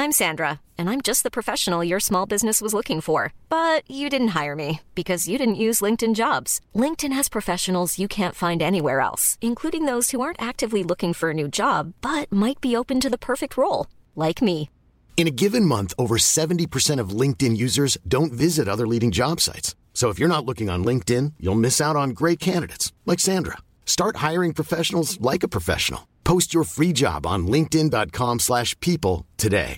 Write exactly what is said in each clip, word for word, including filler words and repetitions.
I'm Sandra, and I'm just the professional your small business was looking for. But you didn't hire me because you didn't use LinkedIn Jobs. LinkedIn has professionals you can't find anywhere else, including those who aren't actively looking for a new job, but might be open to the perfect role, like me. In a given month, over seventy percent of LinkedIn users don't visit other leading job sites. So if you're not looking on LinkedIn, you'll miss out on great candidates like Sandra. Start hiring professionals like a professional. Post your free job on linkedin.com slash people today.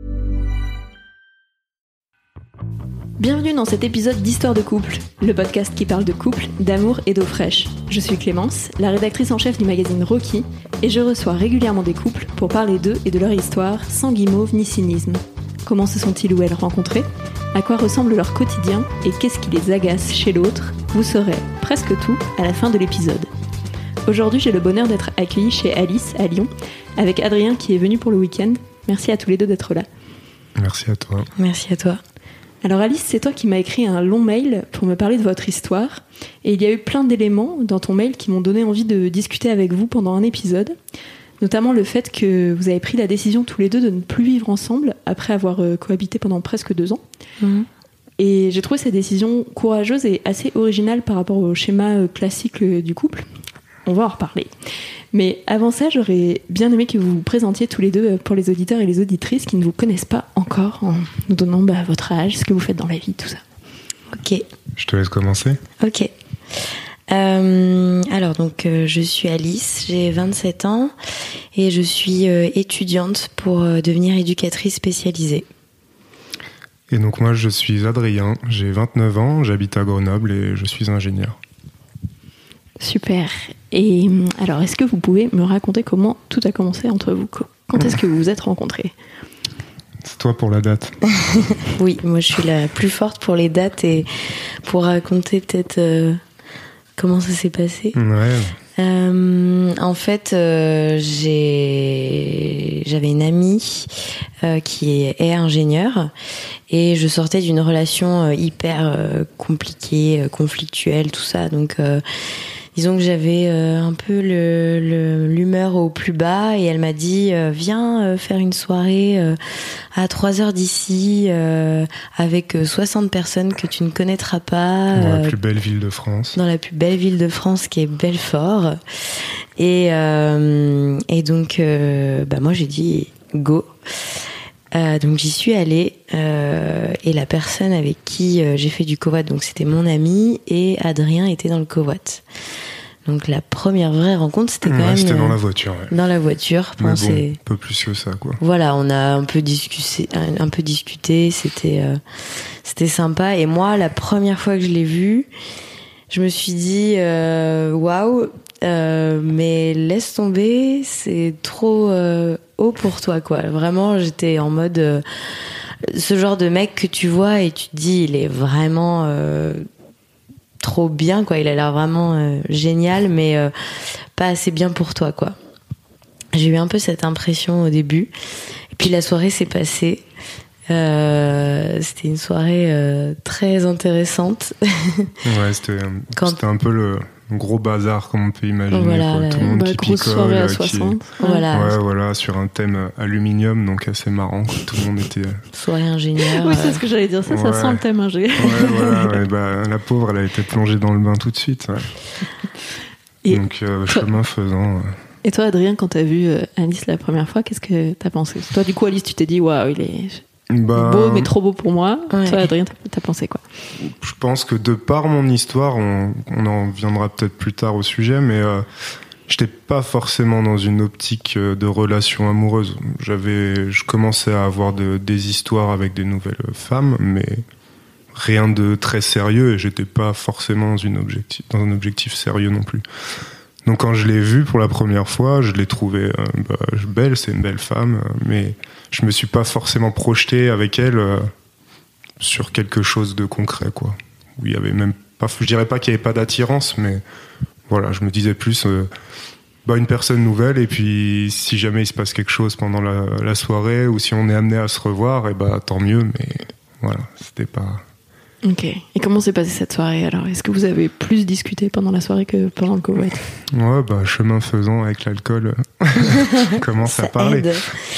Bienvenue dans cet épisode d'Histoire de couple, le podcast qui parle de couple, d'amour et d'eau fraîche. Je suis Clémence, la rédactrice en chef du magazine Rocky, et je reçois régulièrement des couples pour parler d'eux et de leur histoire, sans guimauve ni cynisme. Comment se sont-ils ou elles rencontrés ? À quoi ressemble leur quotidien ? Et qu'est-ce qui les agace chez l'autre ? Vous saurez presque tout à la fin de l'épisode. Aujourd'hui, j'ai le bonheur d'être accueillie chez Alice, à Lyon, avec Adrien qui est venu pour le week-end. Merci à tous les deux d'être là. Merci à toi. Merci à toi. Alors Alice, c'est toi qui m'as écrit un long mail pour me parler de votre histoire. Et il y a eu plein d'éléments dans ton mail qui m'ont donné envie de discuter avec vous pendant un épisode. Notamment le fait que vous avez pris la décision tous les deux de ne plus vivre ensemble après avoir cohabité pendant presque deux ans. Mmh. Et j'ai trouvé cette décision courageuse et assez originale par rapport au schéma classique du couple. On va en reparler. Mais avant ça, j'aurais bien aimé que vous vous présentiez tous les deux pour les auditeurs et les auditrices qui ne vous connaissent pas encore, en nous donnant bah, votre âge, ce que vous faites dans la vie, tout ça. Ok. Je te laisse commencer. Ok. Euh, alors donc euh, je suis Alice, j'ai vingt-sept ans et je suis euh, étudiante pour euh, devenir éducatrice spécialisée. Et donc moi je suis Adrien, j'ai vingt-neuf ans, j'habite à Grenoble et je suis ingénieur. Super. Et alors, est-ce que vous pouvez me raconter comment tout a commencé entre vous ? Quand est-ce que vous vous êtes rencontrés ? C'est toi pour la date. Oui, moi je suis la plus forte pour les dates et pour raconter peut-être euh, comment ça s'est passé. Ouais. Euh, en fait, euh, j'ai, j'avais une amie euh, qui est, est ingénieure et je sortais d'une relation euh, hyper euh, compliquée, euh, conflictuelle, tout ça. Donc euh, disons que j'avais euh, un peu le, le, l'humeur au plus bas et elle m'a dit euh, viens euh, faire une soirée euh, à trois heures d'ici euh, avec soixante personnes que tu ne connaîtras pas. Dans euh, la plus belle ville de France. Dans la plus belle ville de France qui est Belfort. Et, euh, et donc euh, bah moi j'ai dit go. Euh, donc j'y suis allée euh, et la personne avec qui euh, j'ai fait du covoit, donc c'était mon ami et Adrien était dans le covoit. Donc la première vraie rencontre, c'était quand ouais, même c'était euh, dans la voiture. Ouais. Dans la voiture. Mais bon, c'est... un peu plus que ça, quoi. Voilà, on a un peu discuté, un, un peu discuté. C'était, euh, c'était sympa. Et moi, la première fois que je l'ai vu, je me suis dit euh, waouh, euh, mais laisse tomber, c'est trop euh, haut pour toi, quoi. Vraiment, j'étais en mode euh, ce genre de mec que tu vois et tu te dis, il est vraiment euh, trop bien, quoi. Il a l'air vraiment euh, génial, mais euh, pas assez bien pour toi, quoi. J'ai eu un peu cette impression au début. Et puis la soirée s'est passée. Euh, c'était une soirée euh, très intéressante. Ouais, c'était, Quand... c'était un peu le gros bazar, comme on peut imaginer. Voilà, quoi. La... Tout le monde bah, qui grosse picole. Soirée à qui... soixante. Voilà. Ouais, voilà, sur un thème aluminium, donc assez marrant. Quoi. Tout le monde était. Soirée ingénieur. Oui, c'est ce que j'allais dire. Ça, ouais. ça sent le thème ingénieur. Ouais, voilà, ouais, bah, la pauvre, elle a été plongée dans le bain tout de suite. Ouais. Et donc, euh, toi... chemin faisant. Euh... Et toi, Adrien, quand t'as vu euh, Alice la première fois, qu'est-ce que t'as pensé ? Toi, du coup, Alice, tu t'es dit, waouh, il est bah, beau, mais trop beau pour moi. Ouais. Toi, Adrien, t'as, t'as pensé quoi ? Je pense que de par mon histoire, on, on en viendra peut-être plus tard au sujet, mais euh, j'étais pas forcément dans une optique de relation amoureuse. J'avais, je commençais à avoir de, des histoires avec des nouvelles femmes, mais rien de très sérieux, et j'étais pas forcément dans, une objectif, dans un objectif sérieux non plus. Donc quand je l'ai vue pour la première fois, je l'ai trouvée euh, bah, belle, c'est une belle femme, mais je me suis pas forcément projeté avec elle euh, sur quelque chose de concret, quoi. Où il y avait même pas, je dirais pas qu'il y avait pas d'attirance, mais voilà, je me disais plus euh, bah, une personne nouvelle, et puis si jamais il se passe quelque chose pendant la, la soirée, ou si on est amené à se revoir, et bah tant mieux, mais voilà, c'était pas... Ok. Et comment s'est passée cette soirée alors ? Est-ce que vous avez plus discuté pendant la soirée que pendant le covoit ? Ouais, bah chemin faisant avec l'alcool, on commence ça à parler. Aide.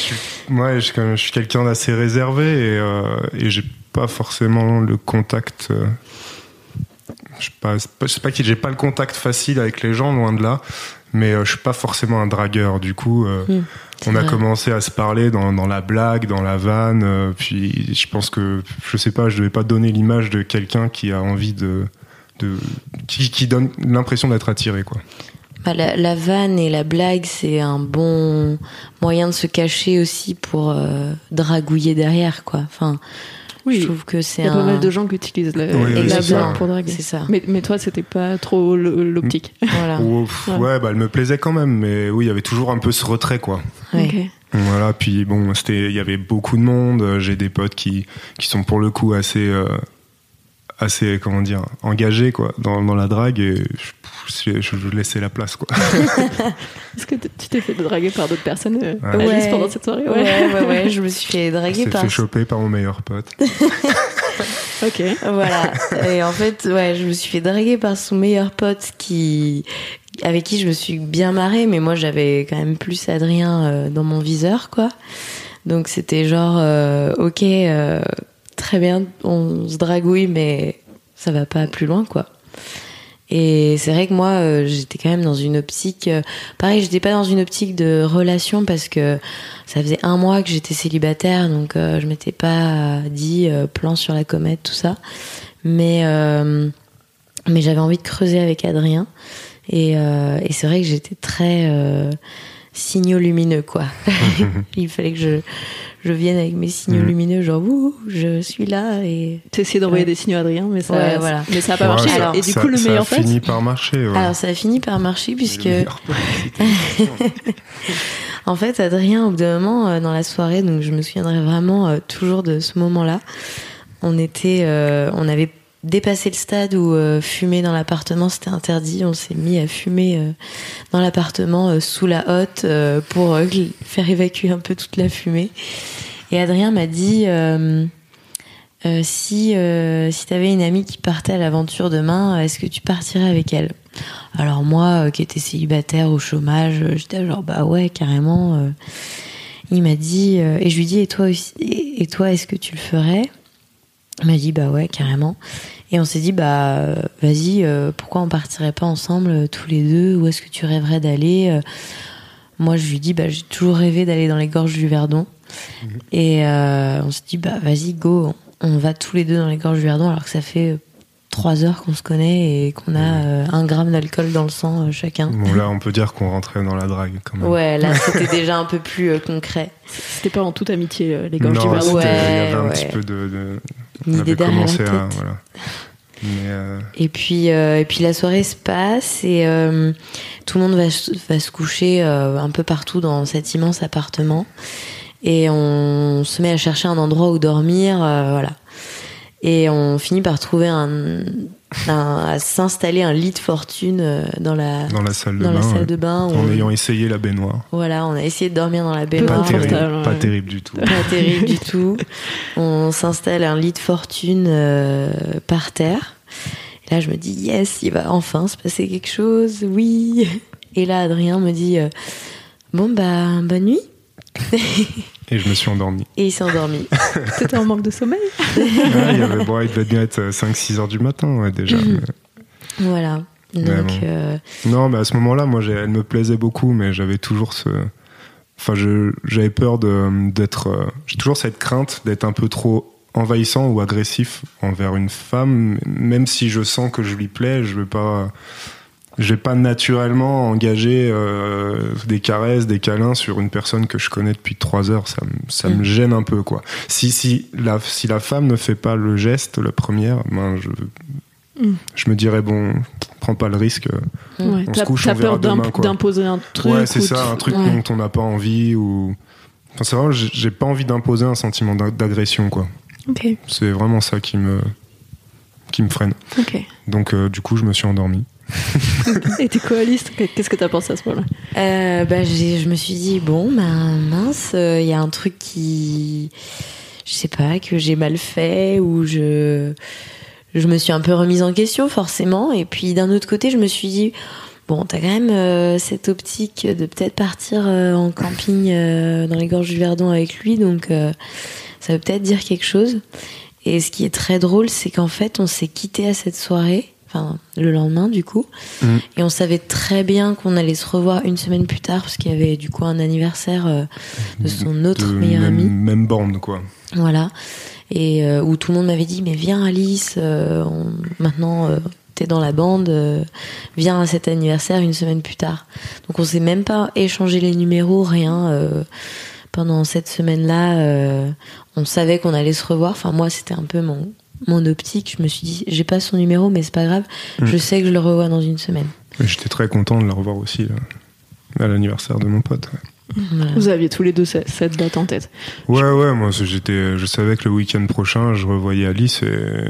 moi, je, je suis quelqu'un d'assez réservé et, euh, et j'ai pas forcément le contact. Euh, je sais pas, je sais pas que j'ai pas le contact facile avec les gens, loin de là. Mais euh, je suis pas forcément un dragueur. Du coup, euh, mmh, on a vrai. commencé à se parler dans, dans la blague, dans la vanne. Euh, puis je pense que, je sais pas, je devais pas donner l'image de quelqu'un qui a envie de, de qui, qui donne l'impression d'être attiré, quoi. Bah, la, la vanne et la blague, c'est un bon moyen de se cacher aussi pour euh, dragouiller derrière, quoi. Enfin. Oui, je trouve que c'est il y a un... pas mal de gens qui utilisent la, oui, oui, la blague pour draguer. C'est ça. Mais, mais toi, c'était pas trop l'optique. Voilà. Oh, ouais, ouais bah, elle me plaisait quand même, mais oui, il y avait toujours un peu ce retrait, quoi. Oui. Okay. Voilà, puis bon, c'était, il y avait beaucoup de monde. J'ai des potes qui, qui sont pour le coup assez, euh, assez, comment dire, engagés, quoi, dans, dans la drague, et je, je, je laissais la place, quoi. Est-ce que tu t'es fait draguer par d'autres personnes, euh, ouais. Alice, pendant cette soirée? Ouais, ouais, ouais, ouais, je me suis fait draguer par... par... Je me suis fait choper par mon meilleur pote. Ok. Voilà. Et en fait, ouais, je me suis fait draguer par son meilleur pote qui... avec qui je me suis bien marrée, mais moi, j'avais quand même plus Adrien euh, dans mon viseur, quoi. Donc, c'était genre, euh, ok, euh, très bien, on se dragouille, mais ça va pas plus loin, quoi. Et c'est vrai que moi, euh, j'étais quand même dans une optique... Euh, pareil, j'étais pas dans une optique de relation parce que ça faisait un mois que j'étais célibataire, donc euh, je m'étais pas dit euh, plan sur la comète, tout ça. Mais, euh, mais j'avais envie de creuser avec Adrien. Et, euh, et c'est vrai que j'étais très euh, signaux lumineux, quoi. Il fallait que je... je vienne avec mes signaux mmh. lumineux, genre ouh, je suis là. Et t'as essayé d'envoyer ouais. des signaux à Adrien, mais ça, ouais, voilà. mais ça a pas ouais, marché. Ça, Alors, et du ça, coup, le ça meilleur pote. pote. Ça a fini par marcher. Ouais. Alors ça a fini par marcher puisque en fait, Adrien, au bout d'un moment dans la soirée, donc je me souviendrai vraiment euh, toujours de ce moment-là. On était, euh, on avait dépassé le stade où euh, fumer dans l'appartement c'était interdit. On s'est mis à fumer euh, dans l'appartement euh, sous la hotte euh, pour euh, faire évacuer un peu toute la fumée. Et Adrien m'a dit euh, euh, si euh, si t'avais une amie qui partait à l'aventure demain, est-ce que tu partirais avec elle? Alors moi, euh, qui étais célibataire au chômage, euh, j'étais genre bah ouais carrément. Euh. Il m'a dit euh, et je lui dis et toi aussi, et toi est-ce que tu le ferais? Il m'a dit bah ouais carrément. Et on s'est dit bah euh, vas-y euh, pourquoi on partirait pas ensemble euh, tous les deux? Où est-ce que tu rêverais d'aller? euh, Moi je lui dis bah j'ai toujours rêvé d'aller dans les gorges du Verdon. Mmh. Et euh, on s'est dit bah vas-y go, on va tous les deux dans les gorges du Verdon alors que ça fait trois heures qu'on se connaît et qu'on a euh, un gramme d'alcool dans le sang euh, chacun. Bon là on peut dire qu'on rentrait dans la drague quand même. Ouais là c'était déjà un peu plus euh, concret. C'était pas en toute amitié euh, les gorges non, du Verdon. Ouais, il y avait un ouais. petit peu de, de... une on idée avait derrière commencé la tête. à, voilà. Mais euh... Et puis euh, et puis la soirée se passe et euh, tout le monde va va se coucher euh, un peu partout dans cet immense appartement et on se met à chercher un endroit où dormir, euh, voilà. Et on finit par trouver un, un à s'installer un lit de fortune dans la dans la salle de dans bain, la salle ouais. de bain en on... ayant essayé la baignoire. Voilà, on a essayé de dormir dans la baignoire. Pas terrible, ouais. pas terrible du tout. Pas terrible du tout. On s'installe un lit de fortune euh, par terre. Et là, je me dis yes, il va enfin se passer quelque chose. Oui. Et là, Adrien me dit euh, bon bah bonne nuit. Et je me suis endormi. Et il s'est endormi. T'étais en manque de sommeil? Ouais, il, y avait, bon, il devait bien être cinq six heures du matin, ouais, déjà. Mmh. Mais... Voilà. Donc, mais bon. euh... Non, mais à ce moment-là, moi, j'ai, elle me plaisait beaucoup, mais j'avais toujours ce... Enfin, je, j'avais peur de, d'être... Euh, j'ai toujours cette crainte d'être un peu trop envahissant ou agressif envers une femme, même si je sens que je lui plais, je veux pas... Je vais pas naturellement engager euh, des caresses, des câlins sur une personne que je connais depuis trois heures. Ça, ça mmh. me gêne un peu, quoi. Si, si, la, si la femme ne fait pas le geste, la première, ben je, mmh. je me dirais, bon, prends pas le risque. Ouais, on t'as, se couche, t'as on verra peur demain, quoi. D'imposer un truc. Ouais, c'est ça, tu... un truc ouais. dont on n'a pas envie. Ou... Enfin, c'est vraiment, j'ai, j'ai pas envie d'imposer un sentiment d'agression, quoi. Okay. C'est vraiment ça qui me, qui me freine. Okay. Donc, euh, du coup, je me suis endormi. Et t'es quoi, Alice? Qu'est-ce que t'as pensé à ce moment-là? euh, bah, j'ai, Je me suis dit, bon, bah, mince, il euh, y a un truc qui... Je sais pas, que j'ai mal fait, ou je... Je me suis un peu remise en question, forcément. Et puis, d'un autre côté, je me suis dit, bon, t'as quand même euh, cette optique de peut-être partir euh, en camping euh, dans les gorges du Verdon avec lui, donc euh, ça veut peut-être dire quelque chose. Et ce qui est très drôle, c'est qu'en fait, on s'est quitté à cette soirée, enfin le lendemain du coup, mmh. et on savait très bien qu'on allait se revoir une semaine plus tard, parce qu'il y avait du coup un anniversaire euh, de son autre de meilleur même, ami. Même bande, quoi. Voilà. Et euh, où tout le monde m'avait dit, mais viens Alice, euh, on, maintenant euh, t'es dans la bande, euh, viens à cet anniversaire une semaine plus tard. Donc on s'est même pas échangé les numéros, rien. Euh, pendant cette semaine-là, euh, on savait qu'on allait se revoir. Enfin moi, c'était un peu mon mon optique. Je me suis dit, j'ai pas son numéro, mais c'est pas grave. Mmh. Je sais que je le revois dans une semaine. Et j'étais très content de le revoir aussi là, à l'anniversaire de mon pote. Ouais. Voilà. Vous aviez tous les deux cette date en tête. Ouais, ouais, moi j'étais, je savais que le week-end prochain je revoyais Alice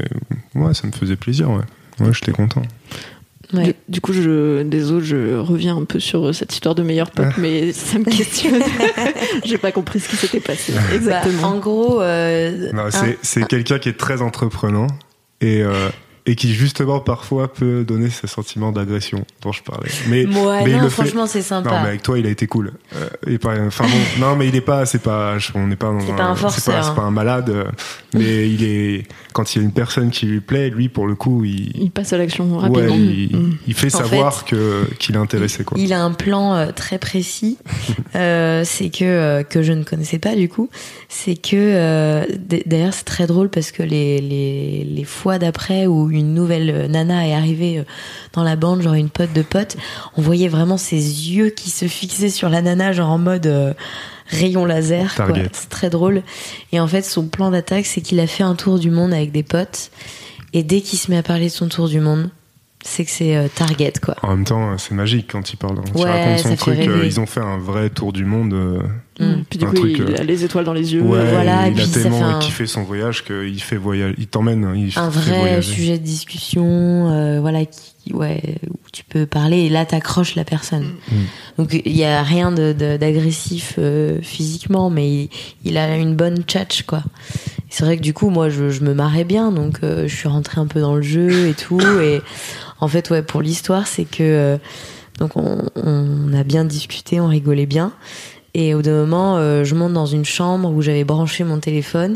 et ouais, ça me faisait plaisir, ouais. Ouais, j'étais content. Ouais. Du, du coup, je, désolé, je reviens un peu sur cette histoire de meilleur pote, ah. mais ça me questionne. J'ai pas compris ce qui s'était passé. Exactement. Bah, en gros, euh, non, c'est, c'est quelqu'un qui est très entreprenant et. Euh, Et qui justement parfois peut donner ce sentiment d'agression dont je parlais. Mais, ouais, mais non, il le franchement fait... c'est sympa. Non, mais avec toi il a été cool. Euh, il est pas, enfin bon, non mais il est pas, c'est pas, on n'est pas dans c'est un, pas un forceur, c'est pas, c'est pas un malade. Euh, mais il est, quand il y a une personne qui lui plaît, lui pour le coup il. Il passe à l'action rapidement. Ouais, il, mmh. il fait en savoir fait, que qu'il est intéressé quoi. Il a un plan euh, très précis. euh, c'est que euh, que je ne connaissais pas du coup. C'est que euh, d'ailleurs c'est très drôle parce que les les les fois d'après où une nouvelle nana est arrivée dans la bande, genre une pote de pote, on voyait vraiment ses yeux qui se fixaient sur la nana, genre en mode euh, rayon laser, quoi. C'est très drôle. Et en fait, son plan d'attaque, c'est qu'il a fait un tour du monde avec des potes, et dès qu'il se met à parler de son tour du monde, c'est que c'est euh, target, quoi. En même temps, c'est magique quand il parle. Quand ouais, il raconte son truc, euh, rêver. Ils ont fait un vrai tour du monde. Euh, mmh. Puis du coup, truc, il a les étoiles dans les yeux. Ouais, voilà, il et a puis tellement un... kiffé son voyage qu'il fait voyage, il t'emmène. Il un fait vrai voyager. sujet de discussion, euh, voilà, qui, ouais, où tu peux parler et là t'accroches la personne. Mmh. Donc il y a rien de, de, d'agressif euh, physiquement, mais il, il a une bonne tchatch, quoi. Et c'est vrai que du coup, moi, je, je me marrais bien, donc euh, je suis rentrée un peu dans le jeu et tout. Et en fait, ouais, pour l'histoire, c'est que euh, donc on, on a bien discuté, on rigolait bien. Et au bout d'un moment, euh, je monte dans une chambre où j'avais branché mon téléphone.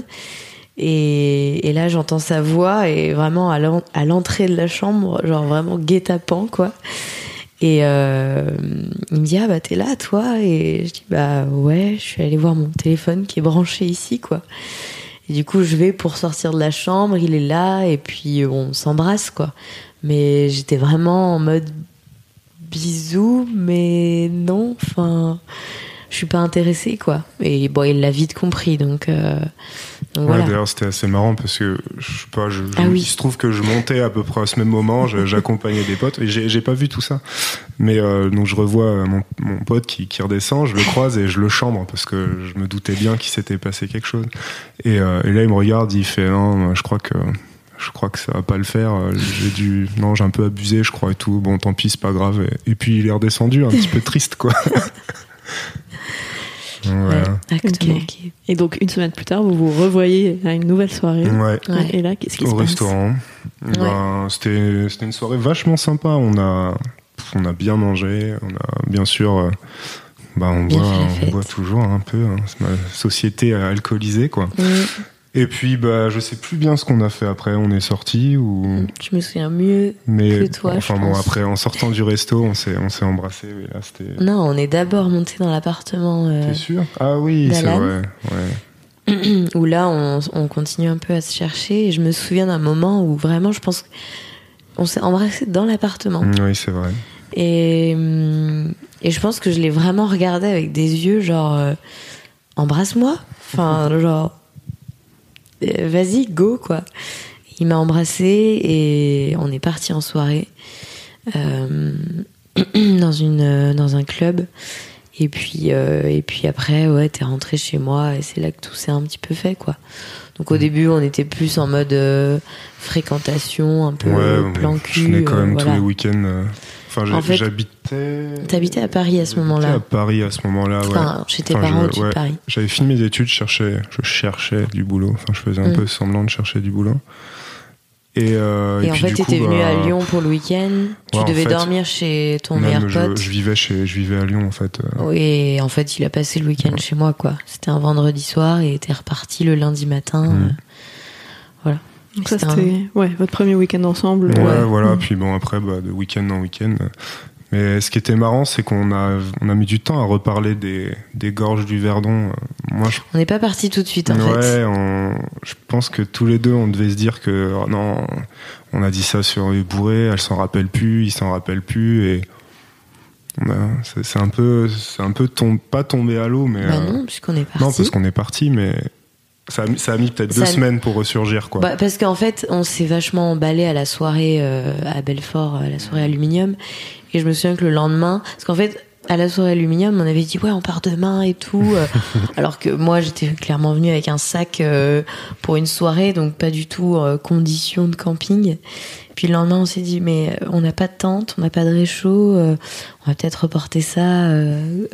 Et, et là, j'entends sa voix, et vraiment à, l'en, à l'entrée de la chambre, genre vraiment guet-apens, quoi. Et euh, il me dit, ah bah t'es là, toi? Et je dis, bah ouais, je suis allée voir mon téléphone qui est branché ici, quoi. Et du coup, je vais pour sortir de la chambre, il est là, et puis on s'embrasse, quoi. Mais j'étais vraiment en mode bisous, mais non, enfin, je suis pas intéressée, quoi. Et bon, il l'a vite compris, donc. Euh, donc ouais, voilà. D'ailleurs, c'était assez marrant parce que je sais pas, je, je, ah oui. il se trouve que je montais à peu près à ce même moment, je, j'accompagnais des potes et j'ai, j'ai pas vu tout ça. Mais euh, donc je revois mon, mon pote qui, qui redescend, je le croise et je le chambre parce que je me doutais bien qu'il s'était passé quelque chose. Et, euh, et là, il me regarde, il fait non, je crois que. Je crois que ça va pas le faire. J'ai dû, non, j'ai un peu abusé, je crois et tout. Bon, tant pis, c'est pas grave. Et, et puis il est redescendu, un petit peu triste, quoi. Voilà. Ouais, okay. Et donc une semaine plus tard, vous vous revoyez à une nouvelle soirée. Ouais. Ouais. Et là, qu'est-ce qui Au se passe? Au restaurant. Ouais. Ben, c'était, c'était une soirée vachement sympa. On a, on a bien mangé. On a bien sûr, ben, on bien boit, on boit toujours un peu. Hein. C'est ma société alcoolisée, quoi. Mmh. Et puis, bah, je sais plus bien ce qu'on a fait après. On est sortis ou. Je me souviens mieux mais, que toi. Enfin je bon, pense. après, en sortant du resto, on s'est, on s'est embrassés. Oui, là, c'était. Non, on est d'abord monté dans l'appartement. Euh, T'es sûr? Ah oui, d'Alan, c'est vrai. Ouais. Où là, on, on continue un peu à se chercher. Et je me souviens d'un moment où vraiment, je pense, on s'est embrassés dans l'appartement. Oui, c'est vrai. Et, et je pense que je l'ai vraiment regardé avec des yeux genre euh, embrasse-moi. Enfin, genre. Vas-y, go, quoi. Il m'a embrassée et on est parti en soirée euh, dans une dans un club. Et puis euh, et puis après, ouais, t'es rentré chez moi et c'est là que tout s'est un petit peu fait, quoi. Donc au début, on était plus en mode euh, fréquentation, un peu ouais, plan cul. Je venais quand même euh, tous voilà. les week-ends. Euh... Enfin, en fait, j'habitais. T'habitais à Paris à ce moment-là. J'habitais à Paris à ce moment-là, ouais. Enfin, chez tes enfin, parents je, au-dessus ouais, de Paris. J'avais fini mes études, je cherchais, je cherchais du boulot. Enfin, je faisais un mm. peu semblant de chercher du boulot. Et, euh, et, et en puis, fait, du t'étais coup, venu bah, à Lyon pour le week-end. Tu ouais, devais en fait, dormir chez ton même, meilleur je, pote. je vivais chez, je vivais à Lyon en fait. Oui, et en fait, il a passé le week-end ouais. chez moi, quoi. C'était un vendredi soir et était reparti le lundi matin. Mmh. Euh, voilà. Donc ça, c'était, c'était un... ouais, votre premier week-end ensemble. Ouais, ouais. voilà. Mmh. Puis bon, après, bah, de week-end en week-end. Mais ce qui était marrant, c'est qu'on a, on a mis du temps à reparler des, des gorges du Verdon. Moi, je... On n'est pas parti tout de suite, en ouais, fait. On... Je pense que tous les deux, on devait se dire que oh non, on a dit ça sur les bourrées, elle s'en rappelle plus, il s'en rappelle plus, et bah, c'est, c'est un peu, c'est un peu tom... pas tombé à l'eau, mais bah non, euh... puisqu'on est parti. Non, parce qu'on est parti, mais ça a, ça a mis peut-être ça deux a... semaines pour ressurgir, quoi. Bah, parce qu'en fait, on s'est vachement emballé à la soirée euh, à Belfort, à la soirée Aluminium. Et je me souviens que le lendemain, parce qu'en fait, à la soirée Aluminium, on avait dit ouais, on part demain et tout. Alors que moi, j'étais clairement venue avec un sac euh, pour une soirée, donc pas du tout euh, condition de camping. Puis le lendemain, on s'est dit mais on n'a pas de tente, on n'a pas de réchaud, euh, on va peut-être reporter ça euh,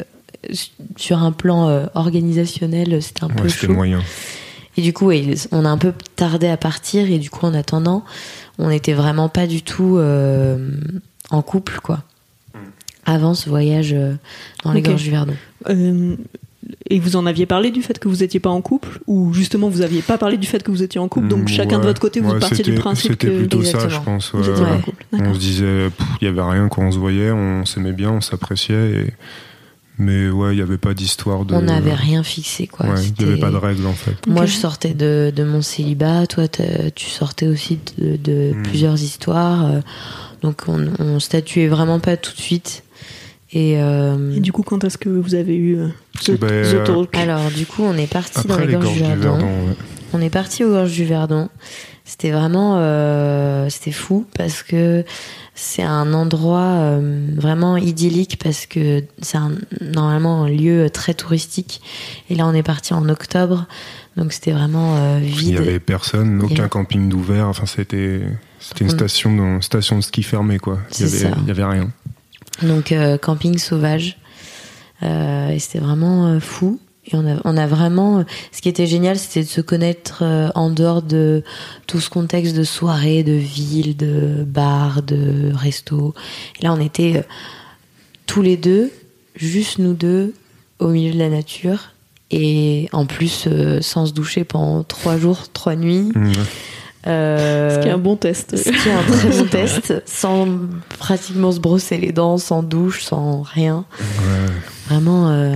sur un plan euh, organisationnel. C'était un ouais, peu c'était chaud. Moyen. Et du coup, ouais, on a un peu tardé à partir. Et du coup, en attendant, on n'était vraiment pas du tout euh, en couple, quoi. Avant ce voyage euh, dans les okay. gorges du Verdon. Euh, et vous en aviez parlé du fait que vous n'étiez pas en couple, ou justement vous n'aviez pas parlé du fait que vous étiez en couple, donc mmh, chacun ouais, de votre côté vous ouais, partiez du principe c'était que plutôt exactement. ça, je pense. Vous ouais, étiez ouais. en couple. On se disait, il y avait rien quand on se voyait, on s'aimait bien, on s'appréciait, et... mais ouais, il y avait pas d'histoire de. On n'avait rien fixé, quoi. Ouais, il n'y avait pas de règles en fait. Moi, okay. je sortais de, de mon célibat, toi, tu sortais aussi de, de mmh. plusieurs histoires, donc on, on statuait vraiment pas tout de suite. Et, euh... et du coup, quand est-ce que vous avez eu euh, ce, bah, ce talk ? Alors, du coup, on est parti Après dans les, les gorges, gorges du Verdon. Du Verdon ouais. On est parti aux gorges du Verdon. C'était vraiment, euh, c'était fou parce que c'est un endroit euh, vraiment idyllique parce que c'est un, normalement un lieu très touristique. Et là, on est parti en octobre, donc c'était vraiment euh, vide. Il y avait personne, aucun et... camping d'ouvert. Enfin, c'était, c'était une station, de, station de ski fermée, quoi. Il y avait, il y avait rien. Donc euh, camping sauvage euh, et c'était vraiment euh, fou et on a, on a vraiment ce qui était génial c'était de se connaître euh, en dehors de tout ce contexte de soirée, de ville, de bar, de resto. Et là on était euh, tous les deux, juste nous deux au milieu de la nature et en plus euh, sans se doucher pendant trois jours, trois nuits. Mmh. Euh, ce qui est un bon test. Ce qui est un très bon test, sans pratiquement se brosser les dents, sans douche, sans rien. Ouais. Vraiment euh,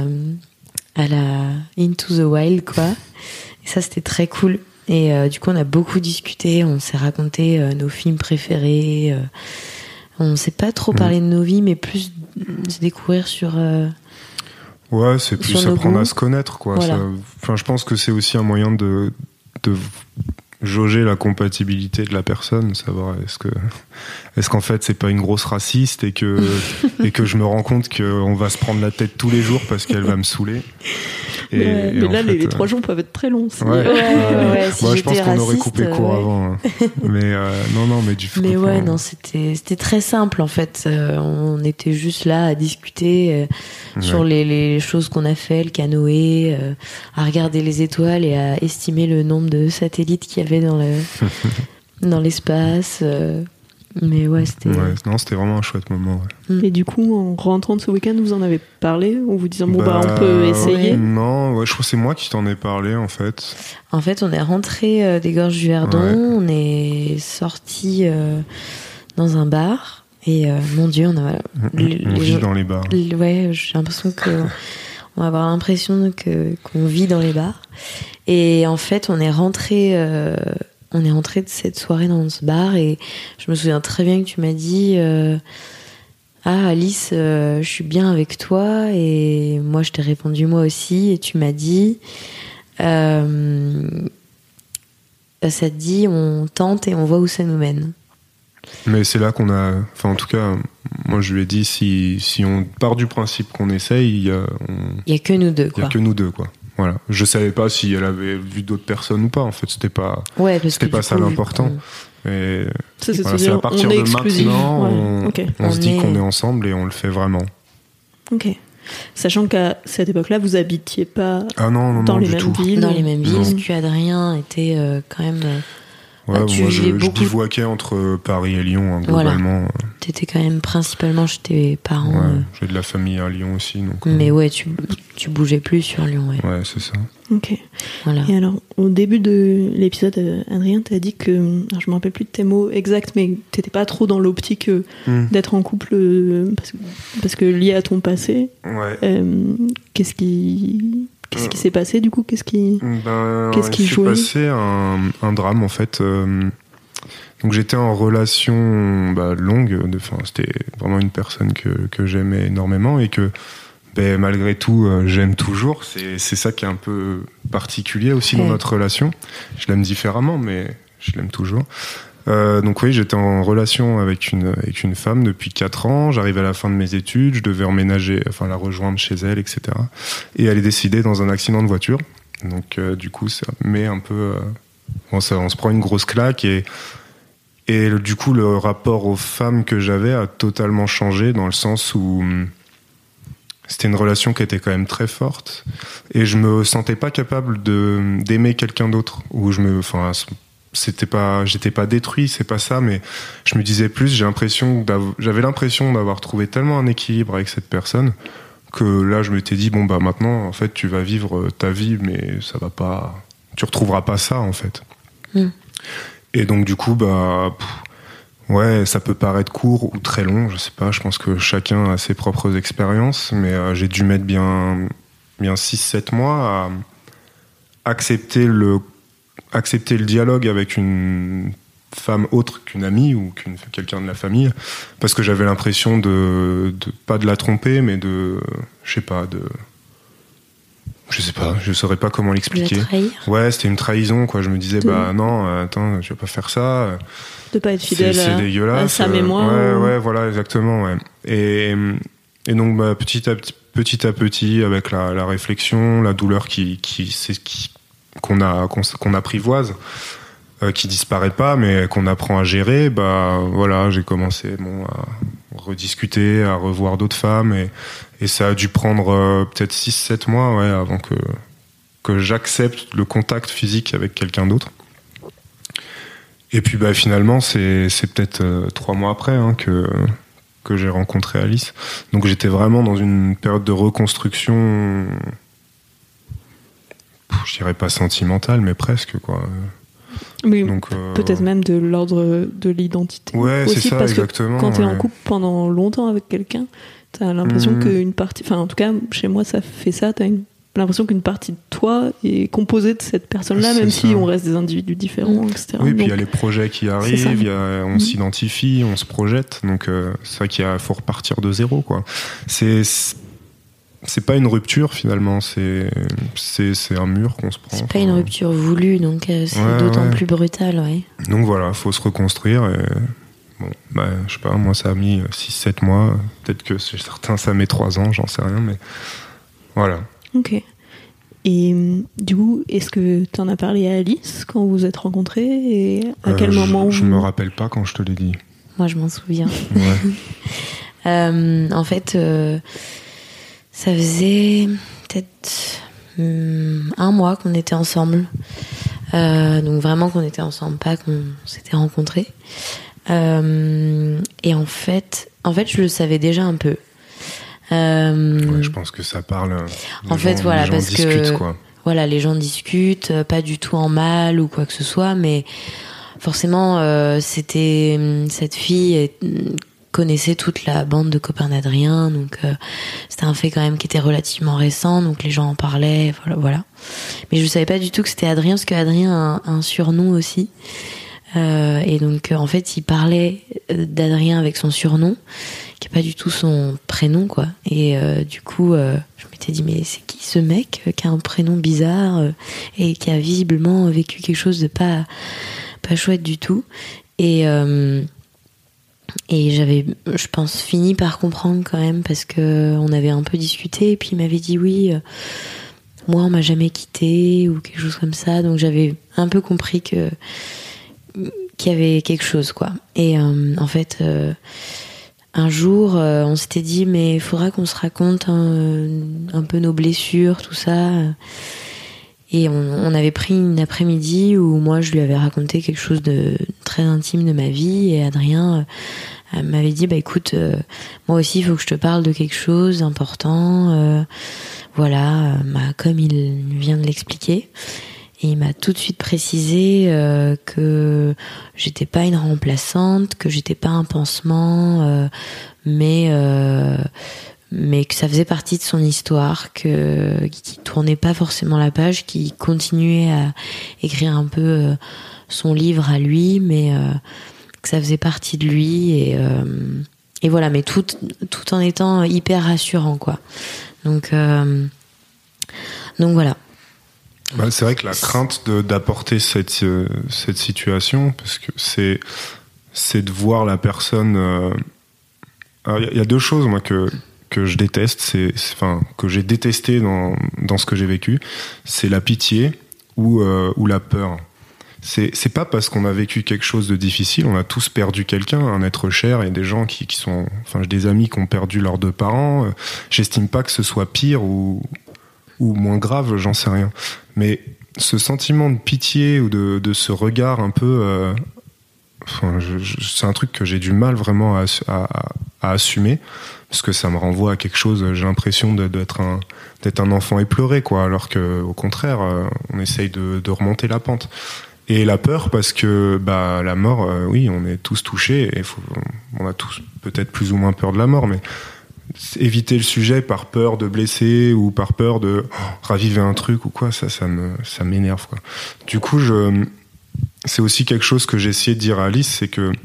à la Into the Wild, quoi. Et ça, c'était très cool. Et euh, du coup, on a beaucoup discuté, on s'est raconté euh, nos films préférés. Euh, on ne s'est pas trop parlé de nos vies, mais plus se découvrir sur... Euh, ouais, c'est plus apprendre à se connaître, quoi. Voilà. Ça, enfin, je pense que c'est aussi un moyen de... de jauger la compatibilité de la personne, savoir est-ce que est-ce qu'en fait c'est pas une grosse raciste et que et que je me rends compte qu'on va se prendre la tête tous les jours parce qu'elle va me saouler. Et, mais, et mais là fait, les, les euh... trois jours peuvent être très longs. Ouais, ouais, ouais, ouais, si moi, j'étais je pense qu'on raciste, aurait coupé court ouais. avant. Hein. Mais euh, non non mais du coup. Mais ouais non c'était c'était très simple en fait. Euh, on était juste là à discuter euh, ouais. sur les, les choses qu'on a fait, le canoë, euh, à regarder les étoiles et à estimer le nombre de satellites qu'il y avait dans le dans l'espace. Euh, mais ouais, c'était... Ouais, non, c'était vraiment un chouette moment. Ouais. Et du coup, en rentrant de ce week-end, vous en avez parlé ou vous disant, bon, bah, bah on peut essayer ouais. Non, ouais, je crois que c'est moi qui t'en ai parlé, en fait. En fait, on est rentré euh, des gorges du Verdon, ouais. On est sorti euh, dans un bar, et euh, mon Dieu, on a... Les, on les vit gens, dans les bars. Les, ouais, j'ai l'impression que... on va avoir l'impression que, qu'on vit dans les bars. Et en fait, on est rentré... Euh, On est rentré de cette soirée dans ce bar et je me souviens très bien que tu m'as dit euh, ah Alice, euh, je suis bien avec toi, et moi je t'ai répondu moi aussi, et tu m'as dit euh, ça te dit on tente et on voit où ça nous mène. Mais c'est là qu'on a, enfin en tout cas moi je lui ai dit si, si on part du principe qu'on essaye, il y a, on... il y a que nous deux, quoi. Il y a que nous deux, quoi. Voilà, je savais pas si elle avait vu d'autres personnes ou pas. En fait, c'était pas, ouais, parce c'était que pas ça coup, l'important. On... Et ça, c'est, voilà, c'est à partir de exclusif. maintenant, ouais. on, okay. on, on se dit est... qu'on est ensemble et on le fait vraiment. Ok. Sachant qu'à cette époque-là, vous habitiez pas ah non, non, dans non, les du mêmes tout. villes. Dans les mêmes villes, non. parce qu'Adrien était euh, quand même euh, Ouais, bah, tu moi, je, beaucoup... je bivouaquais entre Paris et Lyon, hein, globalement. Voilà. T'étais quand même principalement chez tes parents. Ouais, euh... j'ai de la famille à Lyon aussi. Donc, Mais euh... ouais, tu, tu bougeais plus sur Lyon. Ouais, ouais c'est ça. Ok. Voilà. Et alors, au début de l'épisode, Adrien, t'as dit que, alors je me rappelle plus de tes mots exacts, mais t'étais pas trop dans l'optique mm. d'être en couple euh, parce, que, parce que lié à ton passé. Ouais. Euh, qu'est-ce qui... Qu'est-ce qui s'est passé du coup Qu'est-ce qui, ben, qu'est-ce qui il jouait s'est passé un, un drame en fait. Euh, donc j'étais en relation bah, longue. Enfin, c'était vraiment une personne que, que j'aimais énormément et que ben, malgré tout euh, j'aime toujours. C'est, c'est ça qui est un peu particulier aussi ouais. dans notre relation. Je l'aime différemment, mais je l'aime toujours. Euh, donc oui, j'étais en relation avec une avec une femme depuis quatre ans. J'arrivais à la fin de mes études, je devais emménager, enfin la rejoindre chez elle, et cetera. Et elle est décédée dans un accident de voiture. Donc euh, du coup, ça met un peu, euh, bon, ça, on se prend une grosse claque et et du coup le rapport aux femmes que j'avais a totalement changé dans le sens où c'était une relation qui était quand même très forte et je me sentais pas capable de d'aimer quelqu'un d'autre. Où je me, enfin c'était pas, j'étais pas détruit, c'est pas ça, mais je me disais plus, j'ai l'impression j'avais l'impression d'avoir trouvé tellement un équilibre avec cette personne que là je m'étais dit bon bah maintenant en fait tu vas vivre ta vie mais ça va pas, tu retrouveras pas ça en fait. Mm. Et donc du coup bah pff, ouais ça peut paraître court ou très long, je sais pas, je pense que chacun a ses propres expériences, mais euh, j'ai dû mettre bien bien six sept mois à accepter le accepter le dialogue avec une femme autre qu'une amie ou qu'une, quelqu'un de la famille, parce que j'avais l'impression de, de pas de la tromper, mais de, je sais pas, de, je sais pas, je saurais pas comment l'expliquer. De la trahir. Ouais, c'était une trahison, quoi. Je me disais, de... bah non, attends, je vais pas faire ça. De pas être fidèle c'est, c'est à, dégueulasse. à sa mémoire. Ouais, ou... ouais, voilà, exactement, ouais. Et, et donc, bah, petit à petit, petit à petit, avec la, la réflexion, la douleur qui, qui, c'est, qui, qu'on a, qu'on, qu'on apprivoise, euh, qui disparaît pas, mais qu'on apprend à gérer, bah voilà, j'ai commencé bon, à rediscuter, à revoir d'autres femmes, et, et ça a dû prendre euh, peut-être six sept mois ouais, avant que, que j'accepte le contact physique avec quelqu'un d'autre. Et puis bah, finalement, c'est, c'est peut-être euh, trois mois après hein, que, que j'ai rencontré Alice. Donc j'étais vraiment dans une période de reconstruction... Je dirais pas sentimental, mais presque, quoi. Mais donc, euh... peut-être même de l'ordre de l'identité. Ouais, aussi, c'est ça, parce exactement. Que quand t'es ouais. en couple pendant longtemps avec quelqu'un, t'as l'impression mmh. qu'une partie... Enfin, en tout cas, chez moi, ça fait ça. T'as une... l'impression qu'une partie de toi est composée de cette personne-là, c'est même ça. Si on reste des individus différents, et cetera. Oui, donc, puis il y a les projets qui arrivent, y a, on mmh. s'identifie, on se projette. Donc, euh, c'est vrai qu'il faut repartir de zéro, quoi. C'est... C'est pas une rupture finalement, c'est, c'est, c'est un mur qu'on se prend. C'est pas une rupture voulue, donc euh, c'est ouais, d'autant ouais. plus brutal, ouais. Donc voilà, faut se reconstruire. Et, bon, bah, je sais pas, moi ça a mis six sept mois, peut-être que chez certains ça met trois ans, j'en sais rien, mais voilà. Ok. Et du coup, est-ce que t'en as parlé à Alice quand vous vous êtes rencontrés et à euh, quel je, moment Je vous... me rappelle pas quand je te l'ai dit. Moi je m'en souviens. Ouais. euh, en fait. Euh... Ça faisait peut-être hum, un mois qu'on était ensemble. Euh, donc vraiment qu'on était ensemble, pas qu'on s'était rencontrés. Euh, et en fait, en fait, je le savais déjà un peu. Euh, ouais, je pense que ça parle. En fait, gens, voilà, les gens parce discutent, que quoi. Voilà, les gens discutent, pas du tout en mal ou quoi que ce soit, mais forcément, euh, c'était cette fille. Et, connaissait toute la bande de copains d'Adrien, donc euh, c'était un fait quand même qui était relativement récent, donc les gens en parlaient, voilà, voilà. Mais je savais pas du tout que c'était Adrien, parce qu'Adrien a un, un surnom aussi, euh, et donc euh, en fait il parlait d'Adrien avec son surnom, qui est pas du tout son prénom, quoi. Et euh, du coup, euh, je m'étais dit mais c'est qui ce mec euh, qui a un prénom bizarre euh, et qui a visiblement vécu quelque chose de pas pas chouette du tout, et euh, Et j'avais, je pense, fini par comprendre quand même, parce que on avait un peu discuté, et puis il m'avait dit oui, euh, moi on m'a jamais quitté ou quelque chose comme ça, donc j'avais un peu compris que qu'il y avait quelque chose, quoi. Et euh, en fait, euh, un jour, euh, on s'était dit mais il faudra qu'on se raconte un, un peu nos blessures, tout ça. Et on, on avait pris une après-midi où moi je lui avais raconté quelque chose de très intime de ma vie, et Adrien euh, m'avait dit bah écoute, euh, moi aussi il faut que je te parle de quelque chose d'important, euh, voilà, euh, bah, comme il vient de l'expliquer. Et il m'a tout de suite précisé euh, que j'étais pas une remplaçante, que j'étais pas un pansement, euh, mais euh, mais que ça faisait partie de son histoire, que qui tournait pas forcément la page, qui continuait à écrire un peu euh, son livre à lui, mais euh, que ça faisait partie de lui, et euh, et voilà, mais tout tout en étant hyper rassurant, quoi. Donc euh, donc voilà. Bah, c'est vrai que la crainte de, d'apporter cette euh, cette situation, parce que c'est c'est de voir la personne. Euh... Alors il y, y a deux choses moi que que je déteste, c'est, c'est enfin que j'ai détesté dans dans ce que j'ai vécu, c'est la pitié ou euh, ou la peur. C'est c'est pas parce qu'on a vécu quelque chose de difficile, on a tous perdu quelqu'un, un être cher, et des gens qui qui sont, enfin j'ai des amis qui ont perdu leurs deux parents. J'estime pas que ce soit pire ou ou moins grave, j'en sais rien. Mais ce sentiment de pitié ou de, de ce regard un peu... Euh, enfin, je, je, c'est un truc que j'ai du mal vraiment à, à, à assumer, parce que ça me renvoie à quelque chose, j'ai l'impression de, d'être, un, d'être un enfant éploré, quoi, alors qu'au contraire, euh, on essaye de, de remonter la pente. Et la peur, parce que bah, la mort, euh, oui, on est tous touchés, et faut, on a tous peut-être plus ou moins peur de la mort, mais... éviter le sujet par peur de blesser ou par peur de oh, raviver un truc ou quoi, ça, ça me, ça m'énerve, quoi. Du coup, je, c'est aussi quelque chose que j'ai essayé de dire à Alice, c'est que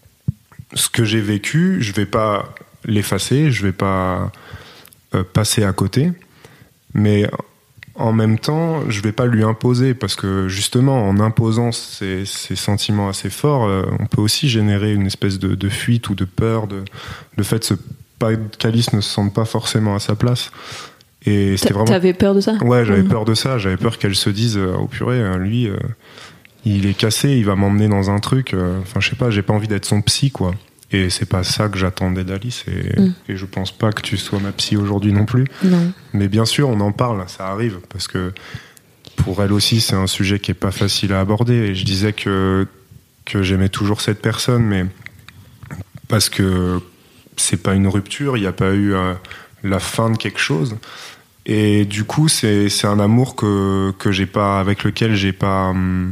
ce que j'ai vécu, je vais pas l'effacer, je vais pas euh, passer à côté, mais en même temps, je vais pas lui imposer, parce que justement, en imposant ces, ces sentiments assez forts, euh, on peut aussi générer une espèce de, de fuite ou de peur, de, le fait de se pas qu'Alice ne se sente pas forcément à sa place. Et c'était vraiment... T'avais peur de ça ? Ouais, j'avais mmh. peur de ça. J'avais peur qu'elle se dise euh, oh purée, lui, euh, il est cassé, il va m'emmener dans un truc. Euh, enfin, je sais pas, j'ai pas envie d'être son psy, quoi. Et c'est pas ça que j'attendais d'Alice. Et, mmh. et je pense pas que tu sois ma psy aujourd'hui non plus. Non. Mais bien sûr, on en parle, ça arrive, parce que pour elle aussi, c'est un sujet qui est pas facile à aborder. Et je disais que, que j'aimais toujours cette personne, mais parce que c'est pas une rupture, il n'y a pas eu euh, la fin de quelque chose, et du coup c'est c'est un amour que que j'ai pas, avec lequel j'ai pas hum,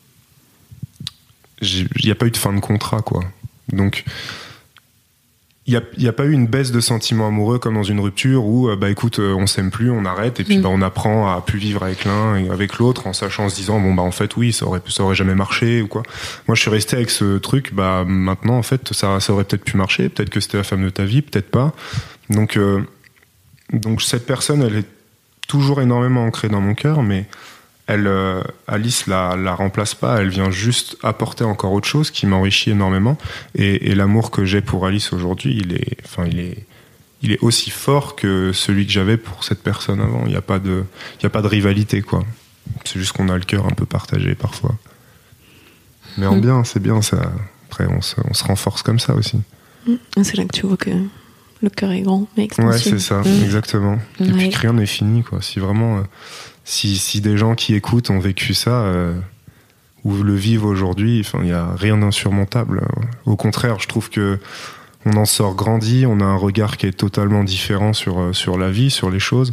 il n'y a pas eu de fin de contrat, quoi. Donc il y a il y a pas eu une baisse de sentiments amoureux comme dans une rupture où euh, bah écoute, euh, on s'aime plus, on arrête, et puis mmh. bah on apprend à plus vivre avec l'un et avec l'autre, en sachant, en se disant bon bah en fait oui, ça aurait ça aurait jamais marché ou quoi. Moi je suis resté avec ce truc, bah maintenant en fait ça ça aurait peut-être pu marcher, peut-être que c'était la femme de ta vie, peut-être pas. Donc euh, donc cette personne, elle est toujours énormément ancrée dans mon cœur, mais elle, euh, Alice la, la remplace pas, elle vient juste apporter encore autre chose qui m'enrichit énormément. Et, et l'amour que j'ai pour Alice aujourd'hui, il est, enfin, il est, il est aussi fort que celui que j'avais pour cette personne avant. Il n'y a pas de, il y a pas de rivalité, quoi. C'est juste qu'on a le cœur un peu partagé parfois. Mais en mmh. bien, c'est bien ça. Après, on se, on se renforce comme ça aussi. Mmh. C'est là que tu vois que le cœur est grand, mais extensible. Ouais, c'est ça, mmh. exactement. Mmh. Et puis que rien n'est fini, quoi. Si vraiment. Euh, Si, si des gens qui écoutent ont vécu ça, euh, ou le vivent aujourd'hui, enfin, il n'y a rien d'insurmontable. Au contraire, je trouve que on en sort grandi, on a un regard qui est totalement différent sur, sur la vie, sur les choses.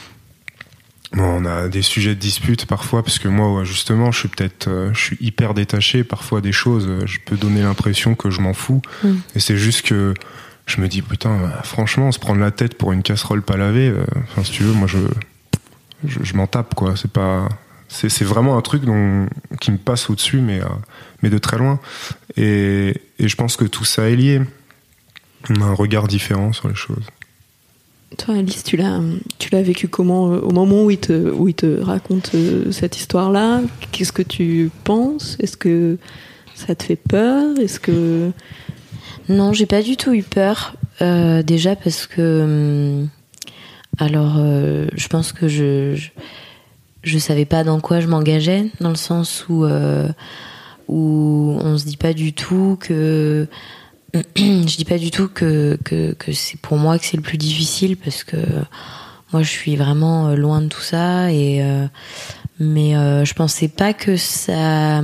Bon, on a des sujets de dispute parfois, parce que moi, justement, je suis peut-être, euh, je suis hyper détaché parfois des choses. Je peux donner l'impression que je m'en fous. Mm. Et c'est juste que je me dis, putain, franchement, se prendre la tête pour une casserole pas lavée, euh, enfin, si tu veux, moi, je... Je, je m'en tape, quoi. C'est pas, c'est, c'est vraiment un truc dont, qui me passe au-dessus, mais, euh, mais de très loin. Et, et je pense que tout ça est lié. On a un regard différent sur les choses. Toi, Alice, tu l'as, tu l'as vécu comment au moment où il te, où il te raconte cette histoire-là? Qu'est-ce que tu penses? Est-ce que ça te fait peur? Est-ce que... Non, j'ai pas du tout eu peur. Euh, déjà parce que... Alors, euh, je pense que je, je je savais pas dans quoi je m'engageais, dans le sens où euh, où on se dit pas du tout que je dis pas du tout que que que c'est pour moi que c'est le plus difficile, parce que moi je suis vraiment loin de tout ça, et euh, mais euh, je pensais pas que ça,